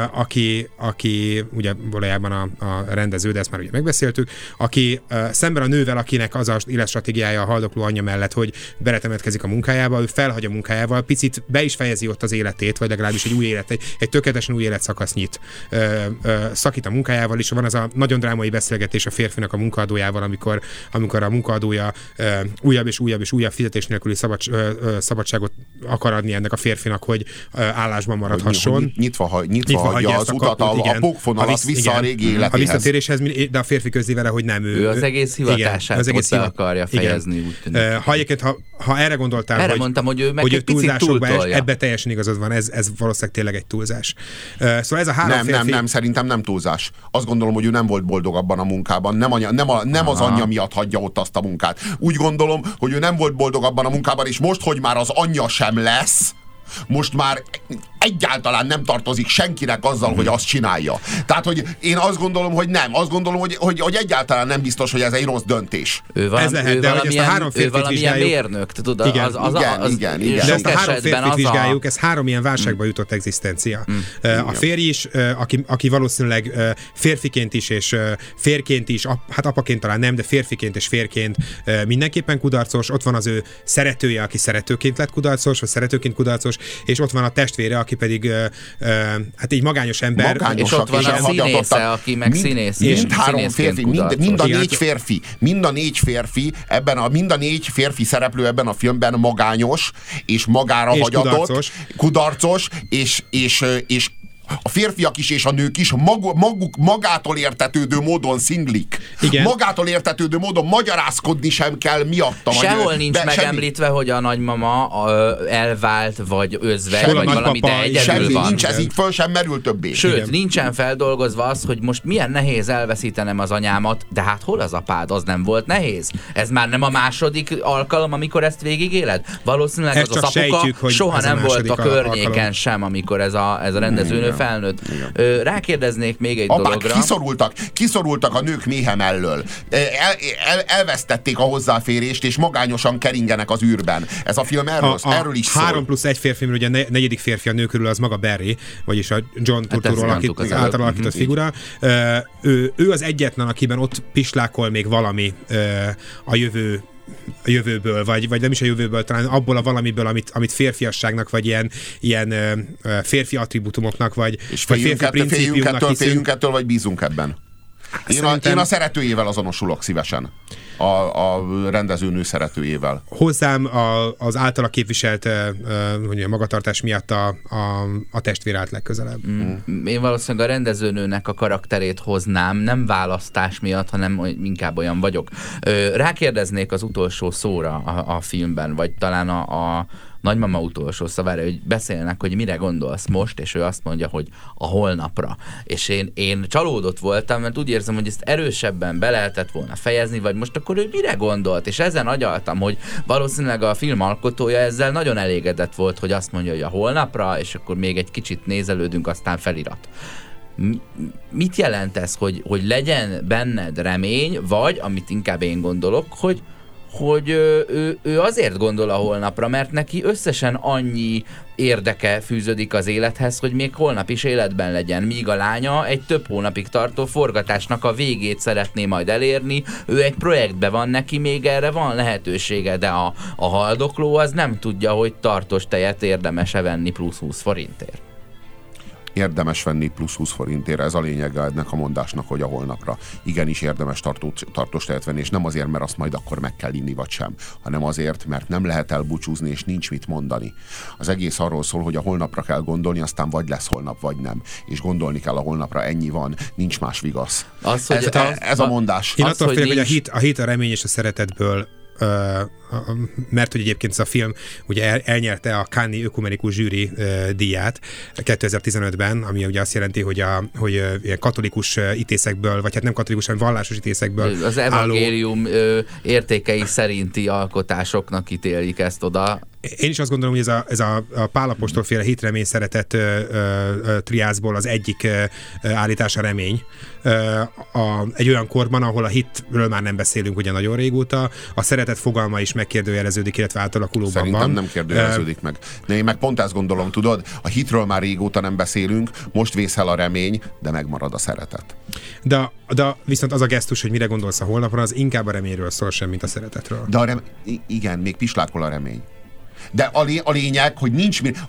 aki ugye valójában a rendező, de ezt már ugye megbeszéltük, aki szemben a nővel, akinek az az életstratégiája a haldokló anyja mellett, hogy beletemetkezik a munkájába, ő felhagy a munkájával, picit be is fejezi ott az életét, vagy legalábbis egy új életet, egy tökéletesen új életszakasz nyit. Szakít a munkájával, és van az a nagyon drámai beszélgetés a férfinak a munkaadójával, amikor a munkaadója újabb és újabb fizetés nélküli szabadságot akar adni ennek a férfinak, hogy állásban maradhasson. Hogy nyitva hagyja az utat, a pókfonalat vissza a régi életéhez. A visszatéréshez, de a férfi közli vele, hogy nem ő. Ő az egész hivatását ott be akarja fejezni. Ha erre gondoltál, erre mondtam, hogy ő meg egy picit túltolja. Ebben teljesen igazad van, ez valószínűleg tényleg egy túlzás. Szóval ez a három férfi... Nem, szerintem nem túlzás. Azt gondolom, hogy ő nem volt boldog abban a munkában. Nem az anyja miatt hagyja ott azt a munkát. Úgy gondolom, hogy ő nem volt boldog abban a munkában, és most, hogy már az anyja sem lesz, most már egyáltalán nem tartozik senkinek azzal, hogy azt csinálja. Tehát, hogy én azt gondolom, hogy nem. Azt gondolom, hogy egyáltalán nem biztos, hogy ez egy rossz döntés. Ez lehet, de hogy ezt a három férfit vizsgáljuk... mérnök, tudod? Igen. De ezt a három férfit vizsgáljuk, ez három ilyen válságba jutott egzisztencia. A férj is, aki valószínűleg férfiként is, és férként is, hát apaként talán nem, de férfiként és férként mindenképpen kudarcos. Ott van az ő szeretője, aki szeretőként lett kudarcos, vagy szeretőként kudarcos, és ott van a testvére, aki pedig hát így magányos ember. És ott van a színésze, aki meg színész. Mind három férfi, mind a négy férfi, mind a négy férfi szereplő ebben a filmben magányos, és magára hagyadott, kudarcos, és a férfiak is és a nők is magától értetődő módon szinglik. Igen. Magától értetődő módon magyarázkodni sem kell miatta. Sehol nincs megemlítve, hogy a nagymama elvált, vagy özvegy, vagy valami, de egyedül van. Nincs, ez így föl sem merül többé. Sőt, igen. Nincsen feldolgozva az, hogy most milyen nehéz elveszítenem az anyámat, de hát hol az apád, az nem volt nehéz. Ez már nem a második alkalom, amikor ezt végigéled? Valószínűleg ez az apuka sejtjük, soha nem volt a környéken sem, amikor ez a rendezőnő felnőtt. Rákérdeznék még egy dologra. Kiszorultak a nők méhe mellől. Elvesztették a hozzáférést, és magányosan keringenek az űrben. Ez a film erről is szól. 3+1 férfi, ugye a negyedik férfi a nő körül az maga Barry, vagyis a John Turturro által alakított figura. Ő az egyetlen, akiben ott pislákol még valami a jövőből, vagy nem is a jövőből, talán abból a valamiből, amit férfiasságnak, vagy ilyen férfi attribútumoknak, vagy férfi principiumnak hiszünk. Féljünk ettől, vagy bízunk ebben? Én a szeretőjével azonosulok szívesen. A rendezőnő szeretőjével. Hozzám az általa képviselt magatartás miatt a testvér állt legközelebb. Én valószínűleg a rendezőnőnek a karakterét hoznám, nem választás miatt, hanem inkább olyan vagyok. Rákérdeznék az utolsó szóra a filmben, vagy talán a nagymama utolsó szavára, hogy beszélnek, hogy mire gondolsz most, és ő azt mondja, hogy a holnapra. És én csalódott voltam, mert úgy érzem, hogy ezt erősebben be lehetett volna fejezni, vagy most akkor ő mire gondolt, és ezen agyaltam, hogy valószínűleg a film alkotója ezzel nagyon elégedett volt, hogy azt mondja, hogy a holnapra, és akkor még egy kicsit nézelődünk, aztán felirat. Mit jelent ez, hogy legyen benned remény, vagy, amit inkább én gondolok, hogy ő azért gondol a holnapra, mert neki összesen annyi érdeke fűződik az élethez, hogy még holnap is életben legyen, míg a lánya egy több hónapig tartó forgatásnak a végét szeretné majd elérni, ő egy projektben van, neki még erre van lehetősége, de a haldokló az nem tudja, hogy tartós tejet érdemes-e venni plusz 20 forintért. érdemes venni plusz 20 forintért. Ez a lényege ennek a mondásnak, hogy a holnapra igenis érdemes tartós tejet venni, és nem azért, mert azt majd akkor meg kell inni, vagy sem, hanem azért, mert nem lehet elbúcsúzni, és nincs mit mondani. Az egész arról szól, hogy a holnapra kell gondolni, aztán vagy lesz holnap, vagy nem. És gondolni kell a holnapra, ennyi van, nincs más vigasz. Ez a mondás. Én attól félek, hogy a hit, a remény és a szeretetből, mert hogy egyébként ez a film ugye elnyerte a Cannes-i ökumenikus zsűri díját 2015-ben, ami ugye azt jelenti, hogy ilyen katolikus ítészekből, vagy hát nem katolikus, hanem vallásos ítészekből az evangélium értékei szerinti alkotásoknak ítélik ezt oda. Én is azt gondolom, hogy ez a Pál apostol féle hit, remény, szeretet triászból az egyik állítása remény. Egy olyan korban, ahol a hitről már nem beszélünk ugye nagyon régóta, a szeretet fogalma is megkérdőjeleződik, illetve átalakulóban Szerintem van. nem kérdőjeleződik meg. Én meg pont ezt gondolom, tudod, a hitről már régóta nem beszélünk, most vészel a remény, de megmarad a szeretet. De viszont az a gesztus, hogy mire gondolsz a holnapra, az inkább a reményről szól sem, mint a szeretetről. De igen, még pislákol a remény. De a lényeg, hogy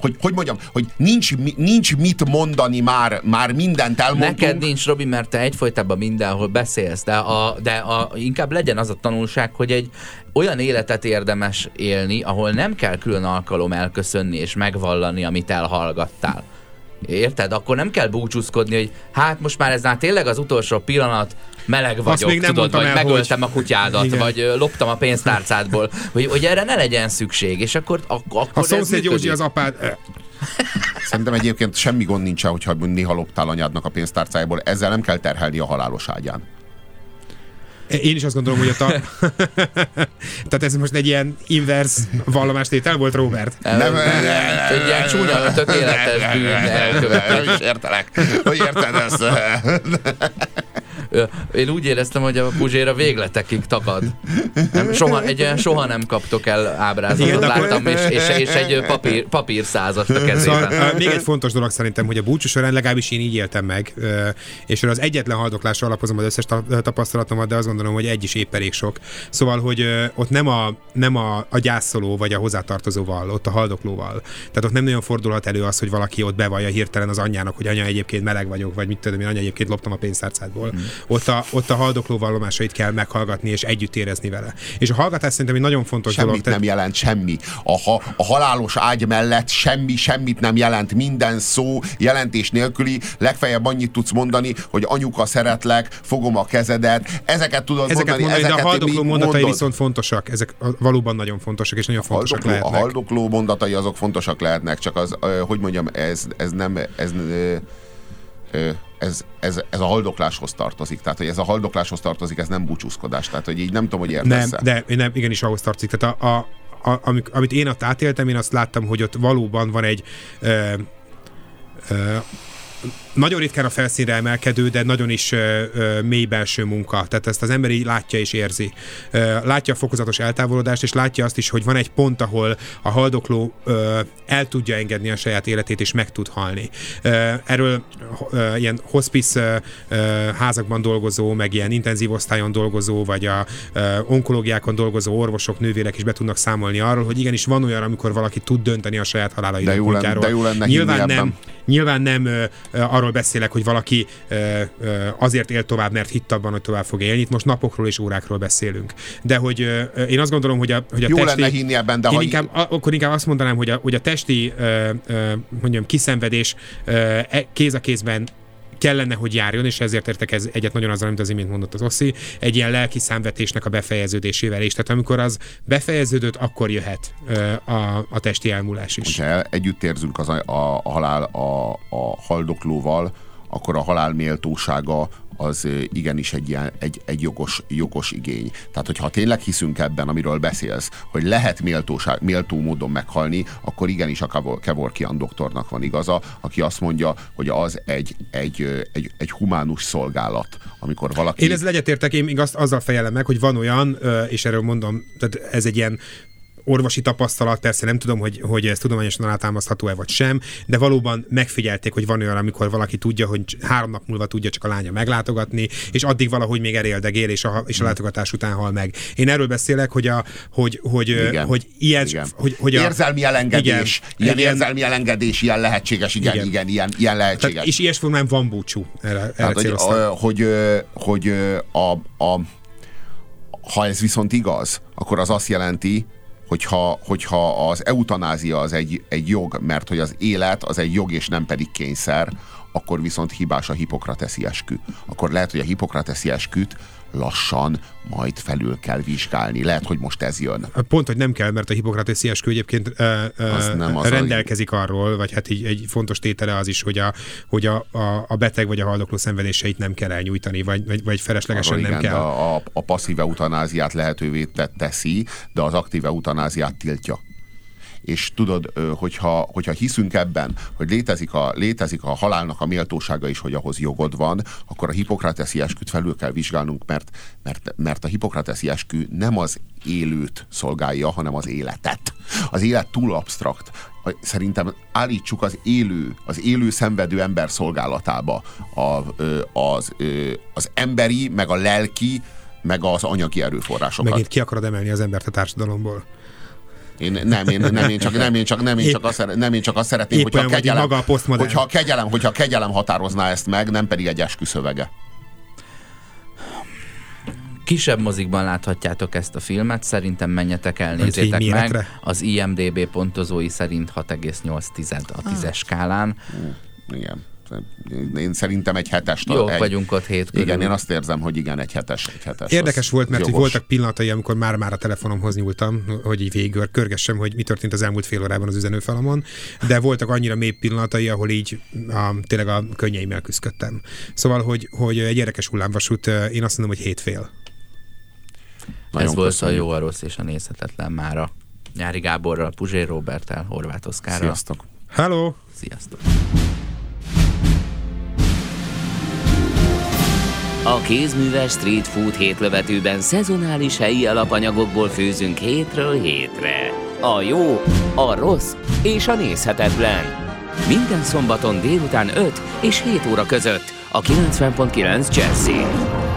nincs mit mondani már mindent elmondtunk. Neked nincs, Robi, mert te egyfolytában mindenhol beszélsz, de inkább legyen az a tanulság, hogy egy olyan életet érdemes élni, ahol nem kell külön alkalom elköszönni és megvallani, amit elhallgattál. Érted? Akkor nem kell búcsúzkodni, hogy hát most már ez már tényleg az utolsó pillanat, meleg vagyok, tudod, vagy megöltem a kutyádat, igen, vagy loptam a pénztárcádból, hogy erre ne legyen szükség, és akkor a szomszéd Józsi az apád... Szerintem egyébként semmi gond nincsen, hogyha néha loptál anyádnak a pénztárcájából, ezzel nem kell terhelni a halálos ágyán. Én is azt gondolom, hogy tehát ez most egy ilyen inverse vallomástétel volt, Robert? Nem, egy ilyen csúnya, tökéletes bűn elkövetés. Nem is értelek. Hogy érted ezt? Én úgy éreztem, hogy a Puzsér a végletekig takad. Soha nem kaptok el ábrázatot, láttam, és egy papírszázast a kezében. Szóval, még egy fontos dolog szerintem, hogy a búcsú során legalábbis én így éltem meg, és az egyetlen haldoklásra alapozom az összes tapasztalatomat, de azt gondolom, hogy egy is épp elég sok. Szóval, hogy ott nem a gyászoló vagy a hozzátartozóval, ott a haldoklóval. Tehát ott nem nagyon fordulhat elő az, hogy valaki ott bevallja hirtelen az anyjának, hogy anya, egyébként meleg vagyok, vagy mit tudom én, anya, egyébként loptam a pénztárcádból. Ott a haldokló vallomásait kell meghallgatni és együtt érezni vele. És a hallgatás szerintem egy nagyon fontos dolog. Semmit nem jelent, semmi. A halálos ágy mellett semmit nem jelent, minden szó jelentés nélküli, legfeljebb annyit tudsz mondani, hogy anyuka, szeretlek, fogom a kezedet, ezeket tudod mondani. De a haldokló mondatai viszont fontosak, ezek valóban nagyon fontosak, és nagyon fontosak lehetnek. A haldokló mondatai azok fontosak lehetnek, csak az, hogy mondjam, ez a haldokláshoz tartozik. Tehát, hogy ez a haldokláshoz tartozik, ez nem búcsúzkodás. Tehát, hogy így nem tudom, hogy értesz. Nem, igenis ahhoz tartozik. Tehát amit én ott átéltem, én azt láttam, hogy ott valóban van egy nagyon ritkán a felszínre emelkedő, de nagyon is mély belső munka. Tehát ezt az ember így látja és érzi. Látja a fokozatos eltávolodást, és látja azt is, hogy van egy pont, ahol a haldokló el tudja engedni a saját életét, és meg tud halni. Erről ilyen hospice házakban dolgozó, meg ilyen intenzív osztályon dolgozó, vagy a onkológiákon dolgozó orvosok, nővérek is be tudnak számolni arról, hogy igenis van olyan, amikor valaki tud dönteni a saját halála időpontjáról. De jó lenne Nyilván nem arról beszélek, hogy valaki azért él tovább, mert hitt abban, hogy tovább fog élni. Itt most napokról és órákról beszélünk. De hogy én azt gondolom, hogy a jó testi... lenne hinni ebben, de akkor inkább azt mondanám, hogy a testi mondjam, kiszenvedés kéz a kézben kellene, hogy járjon, és ezért értek egyet nagyon azzal, amit az imént mondott az Oszi, egy ilyen lelki számvetésnek a befejeződésével is. Tehát amikor az befejeződött, akkor jöhet a testi elmúlás is. Ha együtt érzünk a haldoklóval, akkor a halál méltósága az igenis egy jogos igény. Tehát, hogyha tényleg hiszünk ebben, amiről beszélsz, hogy lehet méltó módon meghalni, akkor igenis a Kevorkian doktornak van igaza, aki azt mondja, hogy az egy humánus szolgálat, amikor valaki... Én ezzel egyetértek, én még azzal fejelem meg, hogy van olyan, és erről mondom, tehát ez egy ilyen orvosi tapasztalat, persze nem tudom, hogy ez tudományosan alátámasztható-e vagy sem, de valóban megfigyelték, hogy van olyan, amikor valaki tudja, hogy 3 nap múlva tudja csak a lánya meglátogatni, és addig valahogy még eléldegél, és a látogatás után hal meg. Én erről beszélek, hogy ilyen... Hogy érzelmi elengedés, érzelmi elengedés, ilyen lehetséges, igen, ilyen lehetséges. Tehát, és ilyes formán van búcsú. Erre ha ez viszont igaz, akkor az azt jelenti, hogyha az eutanázia az egy jog, mert hogy az élet az egy jog és nem pedig kényszer, akkor viszont hibás a hippokrateszi eskü. Akkor lehet, hogy a hippokrateszi esküt lassan majd felül kell vizsgálni. Lehet, hogy most ez jön. Pont, hogy nem kell, mert a hippokrateszi eskü egyébként rendelkezik arról, vagy hát így egy fontos tétele az is, hogy a beteg vagy a haldokló szenvedéseit nem kell elnyújtani, vagy feleslegesen arról nem igen, kell. A passzív eutanáziát lehetővé teszi, de az aktív eutanáziát tiltja. És tudod, hogyha hiszünk ebben, hogy létezik a halálnak a méltósága is, hogy ahhoz jogod van, akkor a hippokrateszi esküt felül kell vizsgálnunk, mert a hippokrateszi eskü nem az élőt szolgálja, hanem az életet. Az élet túl absztrakt. Szerintem állítsuk az élő szenvedő ember szolgálatába az emberi, meg a lelki, meg az anyagi erőforrásokat. Megint ki akarod emelni az embert a társadalomból? Én csak azt szeretném, hogyha a kegyelem határozná ezt meg, nem pedig egy esküszövege. Kisebb mozikban láthatjátok ezt a filmet, szerintem menjetek el, nézzétek meg. Az IMDb pontozói szerint 6,8 a 10-es skálán. Igen. Én szerintem egy 7-es. Jók vagyunk ott 7 körül. Igen, én azt érzem, hogy igen, egy 7-es. Érdekes volt, mert voltak pillanatai, amikor már a telefonomhoz nyúltam, hogy így végig körgessem, hogy mi történt az elmúlt fél órában az üzenőfalamon, de voltak annyira mély pillanatai, ahol így tényleg a könnyeimmel küzdöttem. Szóval, hogy egy érdekes hullámvasút, én azt mondom, hogy 7,5. Ez volt a Jó, a rossz és a nézhetetlen mára. Nyári Gáborral, Puzsér Róberttel, Horváth Oszkárral. Sziasztok! Hello! Sziasztok! A kézműves street food hétlövetőben szezonális helyi alapanyagokból főzünk hétről hétre. A jó, a rossz és a nézhetetlen. Minden szombaton délután 5 és 7 óra között a 90.9 Jazzin.